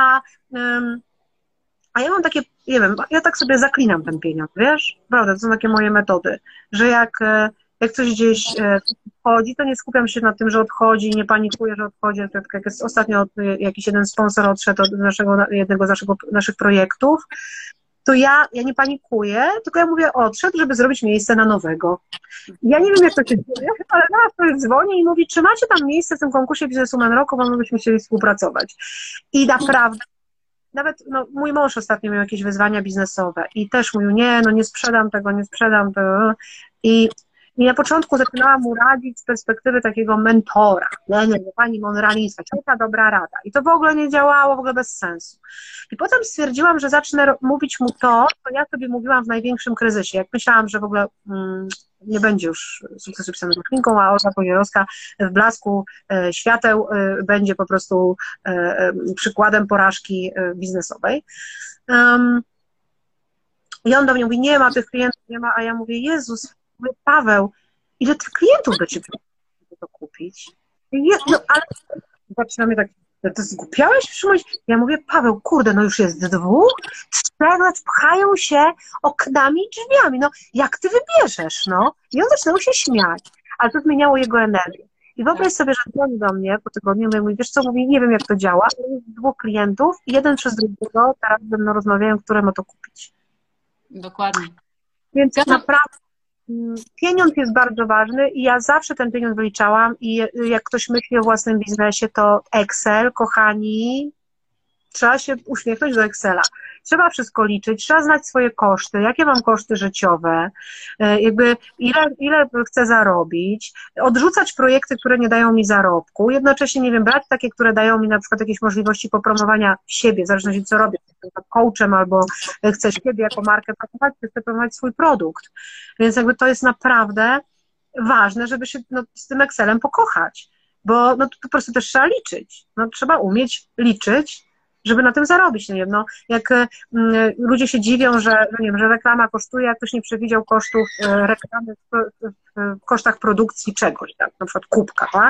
A ja mam takie, nie wiem, ja tak sobie zaklinam ten pieniądz, wiesz? Prawda, to są takie moje metody, że jak coś gdzieś odchodzi, to nie skupiam się na tym, że odchodzi, nie panikuję, że odchodzi. Tak jak jest ostatnio jakiś jeden sponsor odszedł od jednego z naszych projektów, to ja nie panikuję, tylko ja mówię odszedł, żeby zrobić miejsce na nowego. Ja nie wiem, jak to się dzieje, ale nas ktoś dzwoni i mówi, czy macie tam miejsce w tym konkursie Bizneswoman Roku, bo my byśmy chcieli współpracować. I naprawdę nawet mój mąż ostatnio miał jakieś wyzwania biznesowe i też mówił, nie sprzedam tego, nie sprzedam tego. I na początku zaczynałam mu radzić z perspektywy takiego mentora. Nie, pani mądralińska, taka dobra rada. I to w ogóle nie działało, w ogóle bez sensu. I potem stwierdziłam, że zacznę mówić mu to, co ja sobie mówiłam w największym kryzysie. Jak myślałam, że w ogóle nie będzie już sukcesu pisanego szminką, a Olga Pozierowska w blasku świateł będzie po prostu przykładem porażki biznesowej. I on do mnie mówi, nie ma tych klientów, nie ma, a ja mówię, Jezus, Paweł, ile tych klientów do ciebie to kupić? Ale zaczyna mnie tak, to zgłupiałeś? Ja mówię, Paweł, kurde, no już jest 2, 3, pchają się oknami i drzwiami, no jak ty wybierzesz, no? I on zaczynał się śmiać, ale to zmieniało jego energię. I wyobraź sobie, że dzwoni do mnie po tygodniu, mówi, wiesz co, mówi, nie wiem jak to działa, ale jest 2 klientów i jeden przez drugiego teraz ze mną rozmawiają, które ma to kupić. Dokładnie. Więc naprawdę pieniądz jest bardzo ważny i ja zawsze ten pieniądz wyliczałam i jak ktoś myśli o własnym biznesie, to Excel, kochani, trzeba się uśmiechnąć do Excela. Trzeba wszystko liczyć, trzeba znać swoje koszty, jakie mam koszty życiowe, jakby ile chcę zarobić, odrzucać projekty, które nie dają mi zarobku, jednocześnie, nie wiem, brać takie, które dają mi na przykład jakieś możliwości popromowania siebie, w zależności co robię, coachem albo chcę siebie jako markę promować, czy chcę promować swój produkt. Więc jakby to jest naprawdę ważne, żeby się z tym Excelem pokochać, bo to po prostu też trzeba liczyć. Trzeba umieć liczyć, żeby na tym zarobić. Nie wiem, jak ludzie się dziwią, że reklama kosztuje, jak ktoś nie przewidział kosztów reklamy w kosztach produkcji czegoś, tak? Na przykład kubka, tak?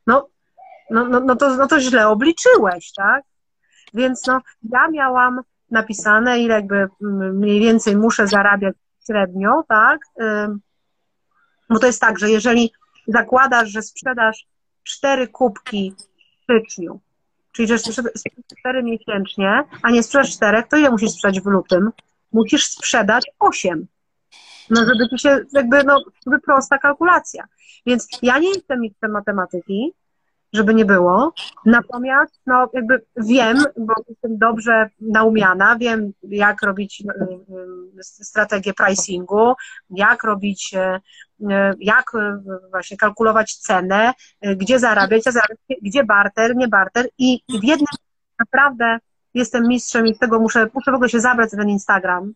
To źle obliczyłeś, tak? Więc ja miałam napisane, ile jakby mniej więcej muszę zarabiać średnio, tak? Bo to jest tak, że jeżeli zakładasz, że sprzedasz 4 kubki w styczniu, czyli że sprzedasz 4 miesięcznie, a nie sprzedasz 4, to ile musisz sprzedać w lutym? Musisz sprzedać 8. Żeby ci się jakby, prosta kalkulacja. Więc ja nie jestem mistrzem matematyki, żeby nie było. Natomiast no, jakby wiem, bo jestem dobrze naumiana, wiem jak robić strategię pricingu, jak robić, jak właśnie kalkulować cenę, gdzie zarabiać, gdzie barter, nie barter i w jednym naprawdę jestem mistrzem i z tego muszę w ogóle się zabrać za ten Instagram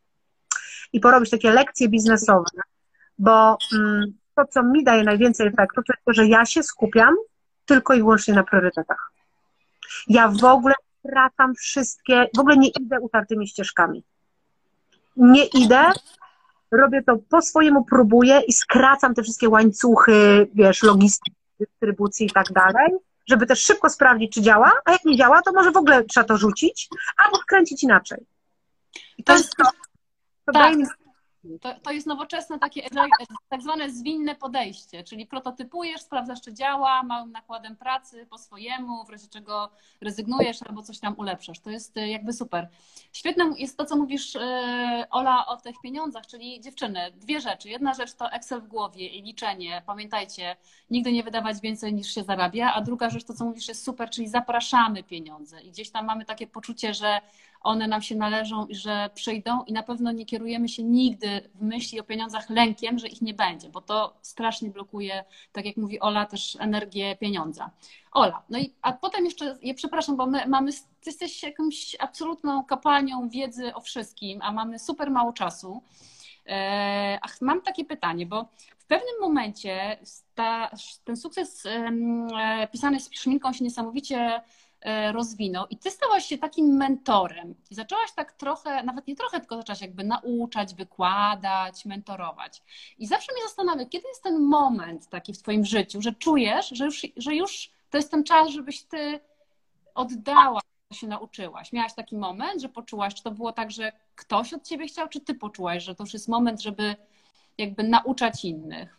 i porobić takie lekcje biznesowe, bo to, co mi daje najwięcej efektu, to jest to, że ja się skupiam tylko i wyłącznie na priorytetach. Ja w ogóle wracam wszystkie, w ogóle nie idę utartymi ścieżkami. Nie idę, robię to po swojemu, próbuję i skracam te wszystkie łańcuchy, wiesz, logistyki, dystrybucji i tak dalej, żeby też szybko sprawdzić, czy działa, a jak nie działa, to może w ogóle trzeba to rzucić, albo skręcić inaczej. I to jest to, co daje mi... To jest nowoczesne takie tak zwane zwinne podejście, czyli prototypujesz, sprawdzasz, czy działa, małym nakładem pracy po swojemu, w razie czego rezygnujesz albo coś tam ulepszasz. To jest jakby super. Świetne jest to, co mówisz, Ola, o tych pieniądzach, czyli dziewczyny, dwie rzeczy. Jedna rzecz to Excel w głowie i liczenie. Pamiętajcie, nigdy nie wydawać więcej niż się zarabia, a druga rzecz, to co mówisz, jest super, czyli zapraszamy pieniądze i gdzieś tam mamy takie poczucie, że one nam się należą i że przyjdą i na pewno nie kierujemy się nigdy w myśli o pieniądzach lękiem, że ich nie będzie, bo to strasznie blokuje, tak jak mówi Ola, też energię pieniądza. Ola, no i a potem jeszcze, ja przepraszam, bo ty jesteś jakąś absolutną kapłanią wiedzy o wszystkim, a mamy super mało czasu. Ach, mam takie pytanie, bo w pewnym momencie ten sukces pisany z szminką się niesamowicie rozwinął i ty stałaś się takim mentorem i zaczęłaś tak trochę, nawet nie trochę, tylko zaczęłaś jakby nauczać, wykładać, mentorować. I zawsze mnie zastanawia, kiedy jest ten moment taki w twoim życiu, że czujesz, że już to jest ten czas, żebyś ty oddała, co się nauczyłaś. Miałaś taki moment, że poczułaś, czy to było tak, że ktoś od ciebie chciał, czy ty poczułaś, że to już jest moment, żeby jakby nauczać innych?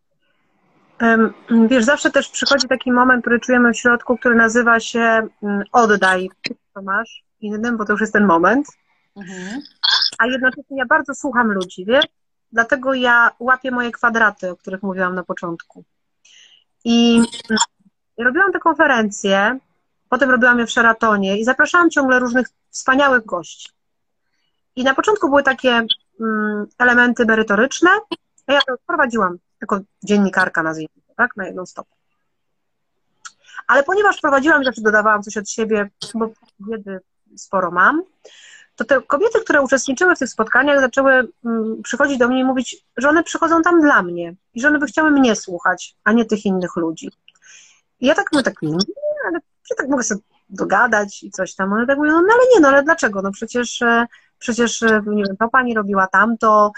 Wiesz, zawsze też przychodzi taki moment, który czujemy w środku, który nazywa się oddaj, co masz innym, bo to już jest ten moment. A jednocześnie ja bardzo słucham ludzi, wiesz? Dlatego ja łapię moje kwadraty, o których mówiłam na początku. I robiłam te konferencje, potem robiłam je w Sheratonie i zapraszałam ciągle różnych wspaniałych gości. I na początku były takie elementy merytoryczne, a ja to prowadziłam jako dziennikarka, nazwijmy to, tak, na jedną stopę. Ale ponieważ prowadziłam i zawsze dodawałam coś od siebie, bo wiedzy sporo mam, to te kobiety, które uczestniczyły w tych spotkaniach, zaczęły przychodzić do mnie i mówić, że one przychodzą tam dla mnie i że one by chciały mnie słuchać, a nie tych innych ludzi. I ja tak mówię, nie, ale ja tak mogę sobie dogadać i coś tam. One tak mówią, no ale nie, no ale dlaczego? No przecież nie wiem, to pani robiła tamto,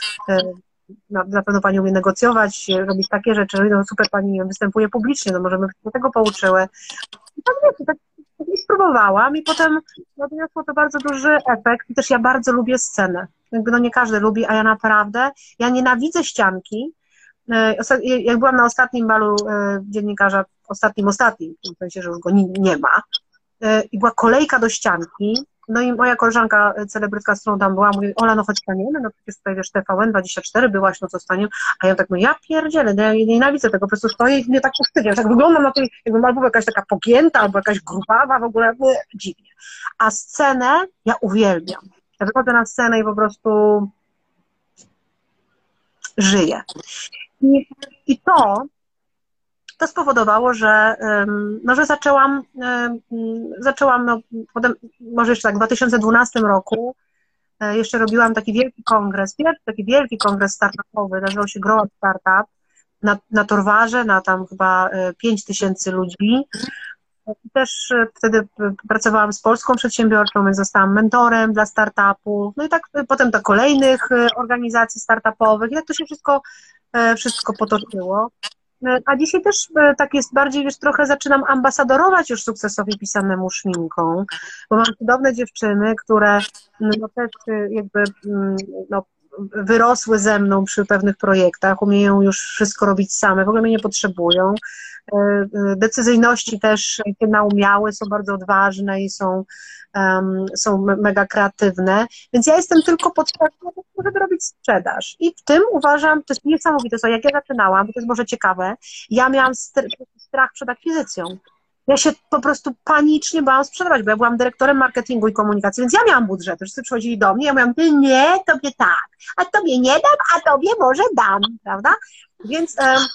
na pewno pani umie negocjować, robić takie rzeczy, no super, pani nie wiem, występuje publicznie, no może my się tego pouczyły. I tak wiecie, tak spróbowałam i potem odniosło to bardzo duży efekt i też ja bardzo lubię scenę. Jakby no nie każdy lubi, a ja naprawdę, ja nienawidzę ścianki. Jak byłam na ostatnim balu dziennikarza, ostatnim, w tym sensie, że już go nie ma, i była kolejka do ścianki, no i moja koleżanka, celebrytka, z którą tam była, mówi, Ola, no chodź staniemy, no przecież tutaj wiesz, TVN24 byłaś, no co staniemy, a ja tak, no ja pierdzielę, no ja nienawidzę tego, po prostu stoję i mnie tak powstydzę, tak wyglądam na tej, jakbym albo jakaś taka pogięta, albo jakaś grubawa, w ogóle dziwnie. A scenę ja uwielbiam. Ja wychodzę na scenę i po prostu żyję. I to spowodowało, że, no, że zaczęłam, no, potem, może jeszcze tak, w 2012 roku jeszcze robiłam taki wielki kongres, pierwszy taki wielki kongres startupowy, nazywał się Grow Up Startup, na Torwarze, na tam chyba 5000 ludzi. Też wtedy pracowałam z polską przedsiębiorcą, więc zostałam mentorem dla startupów, no i tak potem do kolejnych organizacji startupowych i tak to się wszystko potoczyło. A dzisiaj też tak jest bardziej, wiesz, trochę zaczynam ambasadorować już sukcesowi pisanemu szminką, bo mam cudowne dziewczyny, które no też jakby no, wyrosły ze mną przy pewnych projektach, umieją już wszystko robić same, w ogóle mnie nie potrzebują. Decyzyjności też się naumiały, są bardzo odważne i są mega kreatywne, więc ja jestem tylko potrzebna, żeby robić sprzedaż. I w tym uważam, to jest niesamowite, jak ja zaczynałam, bo to jest może ciekawe, ja miałam strach przed akwizycją. Ja się po prostu panicznie bałam sprzedawać, bo ja byłam dyrektorem marketingu i komunikacji, więc ja miałam budżet. Wszyscy przychodzili do mnie, ja mówiłam, ty nie, tobie tak, a tobie nie dam, a tobie może dam, prawda? Więc,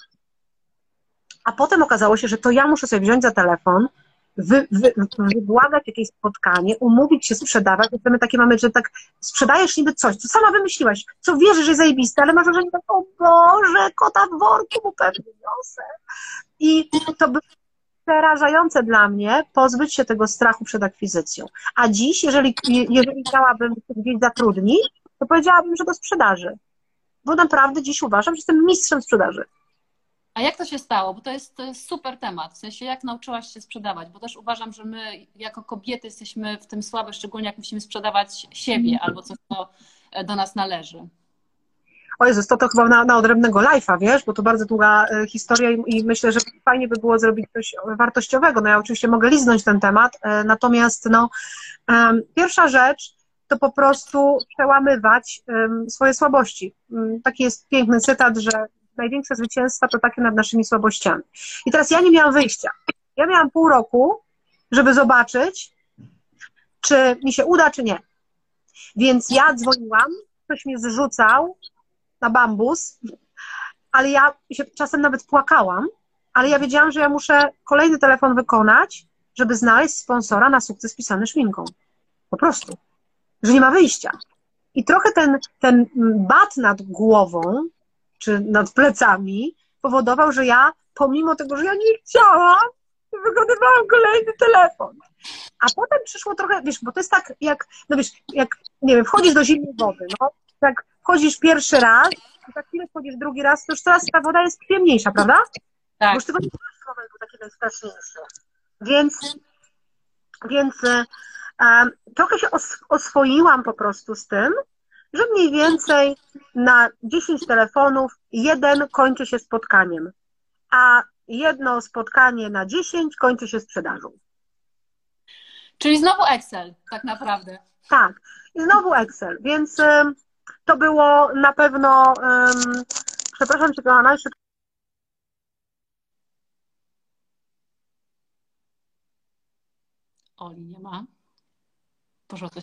a potem okazało się, że to ja muszę sobie wziąć za telefon, wybłagać jakieś spotkanie, umówić się sprzedawać. My takie mamy, że tak sprzedajesz niby coś, co sama wymyśliłaś, co wierzysz, że jest zajebiste, ale masz wrażenie tak, o Boże, kota w worku mu pewnie niosę. I to było przerażające dla mnie pozbyć się tego strachu przed akwizycją. A dziś, jeżeli chciałabym się gdzieś zatrudnić, to powiedziałabym, że do sprzedaży. Bo naprawdę dziś uważam, że jestem mistrzem sprzedaży. A jak to się stało? Bo to jest super temat. W sensie, jak nauczyłaś się sprzedawać? Bo też uważam, że my jako kobiety jesteśmy w tym słabe, szczególnie jak musimy sprzedawać siebie albo coś, co do nas należy. O Jezus, to chyba na odrębnego live'a, wiesz, bo to bardzo długa historia i myślę, że fajnie by było zrobić coś wartościowego. No ja oczywiście mogę liznąć ten temat, natomiast no, pierwsza rzecz to po prostu przełamywać swoje słabości. Taki jest piękny cytat, że największe zwycięstwa to takie nad naszymi słabościami. I teraz ja nie miałam wyjścia. Ja miałam pół roku, żeby zobaczyć, czy mi się uda, czy nie. Więc ja dzwoniłam, ktoś mnie zrzucał na bambus, ale ja się czasem nawet płakałam, ale ja wiedziałam, że ja muszę kolejny telefon wykonać, żeby znaleźć sponsora na sukces pisany szminką. Po prostu. Że nie ma wyjścia. I trochę ten bat nad głową, czy nad plecami powodował, że ja, pomimo tego, że ja nie chciałam, wykonywałam kolejny telefon. A potem przyszło trochę, wiesz, bo to jest tak, jak, no wiesz, jak, nie wiem, wchodzisz do zimnej wody, no, jak wchodzisz pierwszy raz, i za chwilę wchodzisz drugi raz, to już coraz ta woda jest przyjemniejsza, prawda? Tak. Bo już tylko nie masz momentu taki najstraszniejszy. Więc trochę się oswoiłam po prostu z tym, że mniej więcej na 10 telefonów jeden kończy się spotkaniem, a jedno spotkanie na 10 kończy się sprzedażą. Czyli znowu Excel, tak naprawdę. Tak, i znowu Excel, więc to było na pewno, przepraszam Cię, kochana, jeszcze Oli nie ma. Porządek.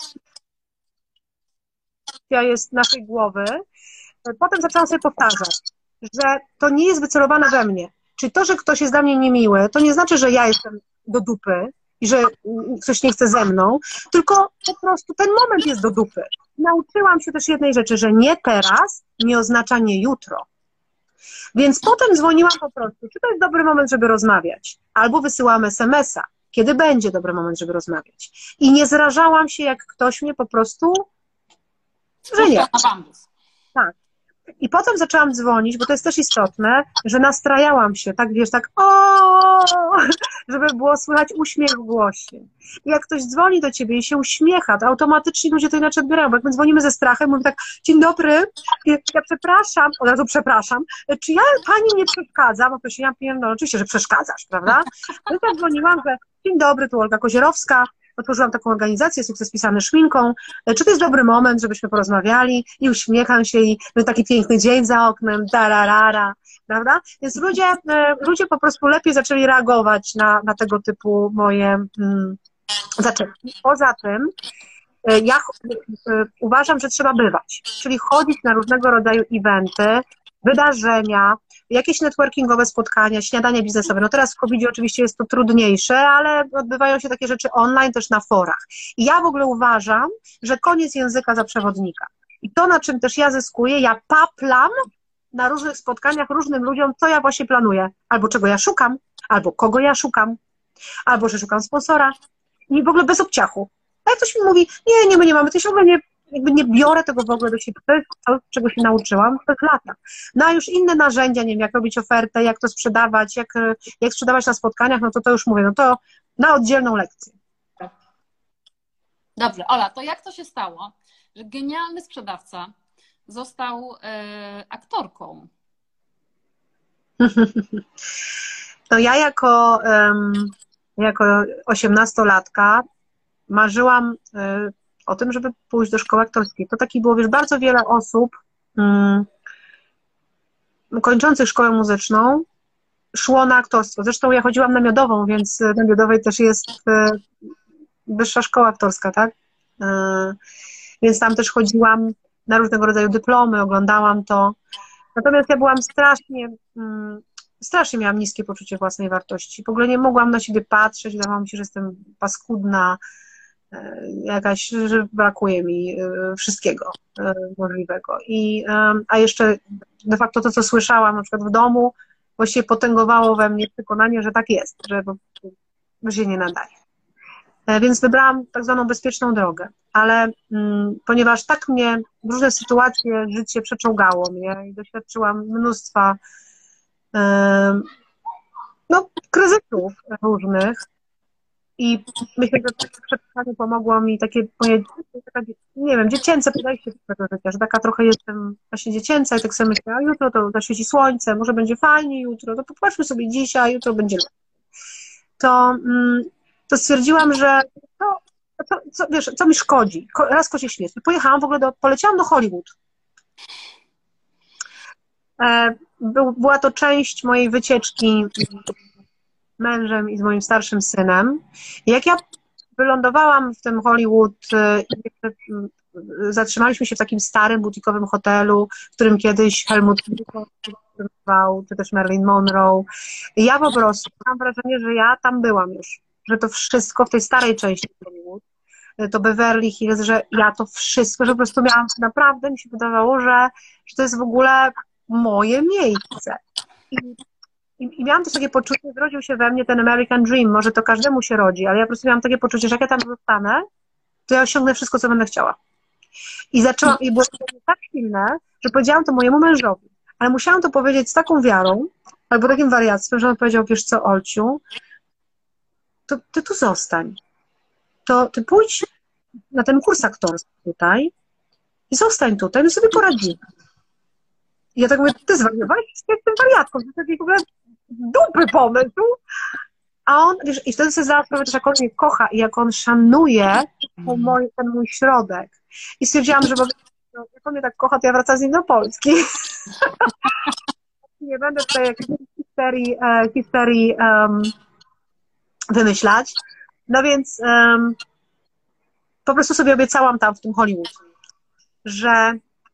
jest naszej głowy. Potem zaczęłam sobie powtarzać, że to nie jest wycelowane we mnie. Czyli to, że ktoś jest dla mnie niemiły, to nie znaczy, że ja jestem do dupy i że ktoś nie chce ze mną, tylko po prostu ten moment jest do dupy. Nauczyłam się też jednej rzeczy, że nie teraz nie oznacza nie jutro. Więc potem dzwoniłam po prostu, czy to jest dobry moment, żeby rozmawiać, albo wysyłam SMS-a, kiedy będzie dobry moment, żeby rozmawiać. I nie zrażałam się, jak ktoś mnie po prostu, że nie. Tak. I potem zaczęłam dzwonić, bo to jest też istotne, że nastrajałam się, tak wiesz, tak żeby było słychać uśmiech w głosie. I jak ktoś dzwoni do ciebie i się uśmiecha, to automatycznie ludzie to inaczej odbierają, bo jak my dzwonimy ze strachem, mówimy tak, dzień dobry, ja przepraszam, od razu przepraszam, czy ja pani nie przeszkadzam? Bo ja pierdolę, oczywiście, że przeszkadzasz, prawda? No tak dzwoniłam, że dzień dobry, tu Olga Kozierowska, otworzyłam taką organizację, Sukces pisany szminką. Czy to jest dobry moment, żebyśmy porozmawiali? I uśmiecham się i taki piękny dzień za oknem, tararara, prawda? Więc ludzie po prostu lepiej zaczęli reagować na tego typu moje zaczepki. Poza tym ja uważam, że trzeba bywać, czyli chodzić na różnego rodzaju eventy, wydarzenia, jakieś networkingowe spotkania, śniadania biznesowe. No teraz w COVID-zie oczywiście jest to trudniejsze, ale odbywają się takie rzeczy online, też na forach. I ja w ogóle uważam, że koniec języka za przewodnika. I to, na czym też ja zyskuję, ja paplam na różnych spotkaniach różnym ludziom, co ja właśnie planuję. Albo czego ja szukam, albo kogo ja szukam, albo że szukam sponsora. I w ogóle bez obciachu. A jak ktoś mi mówi, my nie mamy, to się w ogóle nie biorę tego w ogóle do siebie. To jest to, czego się nauczyłam przez lata. No a już inne narzędzia, nie wiem, jak robić ofertę, jak to sprzedawać, jak sprzedawać na spotkaniach, no to już mówię, no to na oddzielną lekcję. Dobrze, Ola, to jak to się stało, że genialny sprzedawca został aktorką? No ja jako 18-latka marzyłam o tym, żeby pójść do szkoły aktorskiej. To taki było, wiesz, bardzo wiele osób kończących szkołę muzyczną szło na aktorstwo. Zresztą ja chodziłam na Miodową, więc na Miodowej też jest wyższa szkoła aktorska, tak? Więc tam też chodziłam na różnego rodzaju dyplomy, oglądałam to. Natomiast ja byłam strasznie miałam niskie poczucie własnej wartości. W ogóle nie mogłam na siebie patrzeć, wydawało mi się, że jestem paskudna, jakaś, że brakuje mi wszystkiego możliwego. A jeszcze de facto to, co słyszałam na przykład w domu, właściwie potęgowało we mnie przekonanie, że tak jest, że po prostu się nie nadaje. Więc wybrałam tak zwaną bezpieczną drogę, ale ponieważ tak mnie w różne sytuacje życie przeczołgało mnie i doświadczyłam mnóstwa kryzysów różnych i myślę, że to przetrwanie pomogło mi takie moje, nie wiem, dziecięce podejście do tego życia, że taka trochę jestem właśnie dziecięca i tak sobie myślę, a jutro to zaświeci słońce, może będzie fajnie jutro, to popatrzmy sobie dzisiaj, jutro będzie lepiej. To stwierdziłam, że wiesz, co mi szkodzi? Raz kocie śmierć. Pojechałam poleciałam do Hollywood. Była to część mojej wycieczki z mężem i z moim starszym synem. Jak ja wylądowałam w tym Hollywood i zatrzymaliśmy się w takim starym, butikowym hotelu, w którym kiedyś Helmut Kohl, czy też Marilyn Monroe. I ja po prostu mam wrażenie, że ja tam byłam już. Że to wszystko w tej starej części Hollywood, to Beverly Hills, że ja to wszystko, że po prostu miałam, naprawdę mi się wydawało, że to jest w ogóle moje miejsce. I miałam też takie poczucie, zrodził się we mnie ten American Dream, może to każdemu się rodzi, ale ja po prostu miałam takie poczucie, że jak ja tam zostanę, to ja osiągnę wszystko, co będę chciała. I było to tak silne, że powiedziałam to mojemu mężowi, ale musiałam to powiedzieć z taką wiarą, albo takim wariactwem, że on powiedział, wiesz co, Olciu, to ty tu zostań. To ty pójdź na ten kurs aktorski tutaj i zostań tutaj, my sobie poradzimy. I ja tak mówię, ty zwariowałeś? Jestem wariatką, to jest taki w ogóle dupy pomysł. A on, wiesz, i wtedy sobie zdałam sprawę też, jak on mnie kocha i jak on szanuje ten mój środek. I stwierdziłam, że jak on mnie tak kocha, to ja wracam z nim do Polski. Nie będę tutaj jakiejś histerii wymyślać. No więc po prostu sobie obiecałam tam w tym Hollywood, że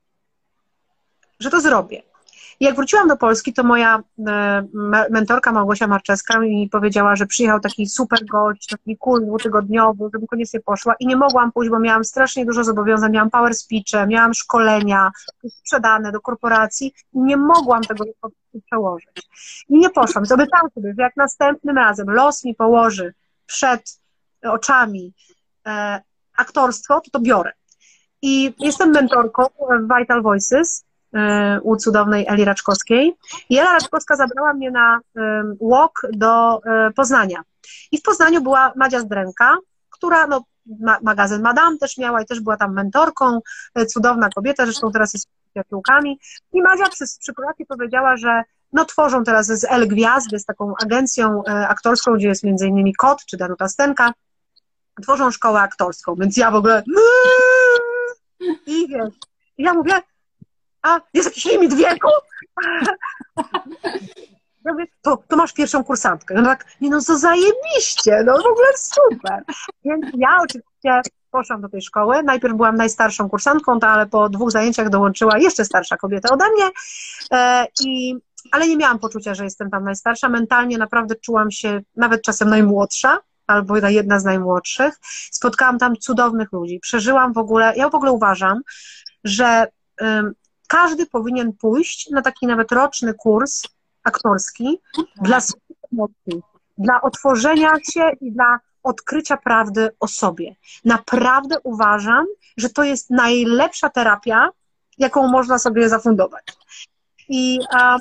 to zrobię. I jak wróciłam do Polski, to moja mentorka Małgosia Marczewska mi powiedziała, że przyjechał taki super gość, taki cool, dwutygodniowy, żebym koniecznie poszła i nie mogłam pójść, bo miałam strasznie dużo zobowiązań, miałam power speeche, miałam szkolenia sprzedane do korporacji i nie mogłam tego przełożyć. I nie poszłam. Obiecałam sobie, że jak następnym razem los mi położy przed oczami aktorstwo, to biorę. I jestem mentorką w Vital Voices u cudownej Eli Raczkowskiej. I Ela Raczkowska zabrała mnie na walk do Poznania. I w Poznaniu była Madzia Zdręka, która magazyn Madame też miała i też była tam mentorką, cudowna kobieta, zresztą teraz jest z przyjaciółkami. I Madzia przy kolacji powiedziała, że tworzą teraz z El Gwiazdy, z taką agencją aktorską, gdzie jest między innymi Kot czy Danuta Stenka, tworzą szkołę aktorską, więc ja w ogóle i wiesz, ja mówię, a jest jakiś limit wieku? Ja mówię, to masz pierwszą kursantkę. No tak, to zajebiście, w ogóle super. Więc ja oczywiście poszłam do tej szkoły. Najpierw byłam najstarszą kursantką, ale po 2 zajęciach dołączyła jeszcze starsza kobieta ode mnie. Ale nie miałam poczucia, że jestem tam najstarsza. Mentalnie naprawdę czułam się nawet czasem najmłodsza, albo jedna z najmłodszych. Spotkałam tam cudownych ludzi. Przeżyłam ja w ogóle uważam, że każdy powinien pójść na taki nawet roczny kurs aktorski dla swojej emocji, dla otworzenia się i dla odkrycia prawdy o sobie. Naprawdę uważam, że to jest najlepsza terapia, jaką można sobie zafundować. I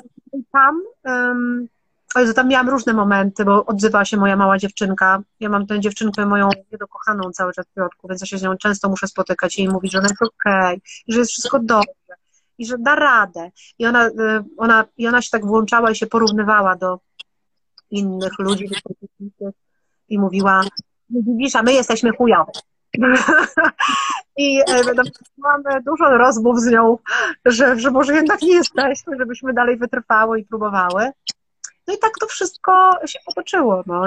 tam miałam różne momenty, bo odzywała się moja mała dziewczynka. Ja mam tę dziewczynkę moją niedokochaną cały czas w środku, więc ja się z nią często muszę spotykać i jej mówić, że ona jest okej, że jest wszystko dobrze i że da radę. I ona się tak włączała i się porównywała do innych ludzi i mówiła, widzisz, a my jesteśmy chujowe. I mamy dużo rozmów z nią, że może jednak nie jesteśmy, żebyśmy dalej wytrwały i próbowały. No i tak to wszystko się potoczyło. No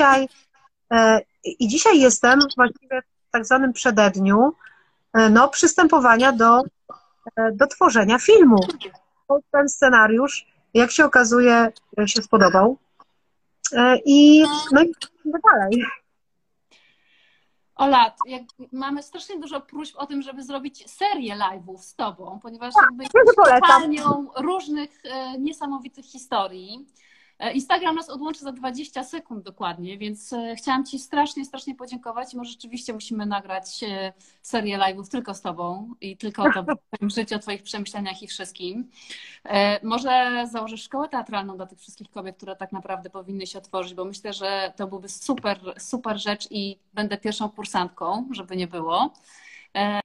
i dzisiaj jestem właściwie w tak zwanym przededniu no, przystępowania do tworzenia filmu. Ten scenariusz, jak się okazuje, się spodobał. No i idę dalej. Ola, mamy strasznie dużo próśb o tym, żeby zrobić serię live'ów z Tobą, ponieważ jakby Bardzo polecam. panią różnych niesamowitych historii. Instagram nas odłączy za 20 sekund dokładnie, więc chciałam Ci strasznie, strasznie podziękować. Może rzeczywiście musimy nagrać serię live'ów tylko z Tobą i tylko o Twoim życiu, o Twoich przemyśleniach i wszystkim. Może założysz szkołę teatralną dla tych wszystkich kobiet, które tak naprawdę powinny się otworzyć, bo myślę, że to byłby super, super rzecz i będę pierwszą kursantką, żeby nie było.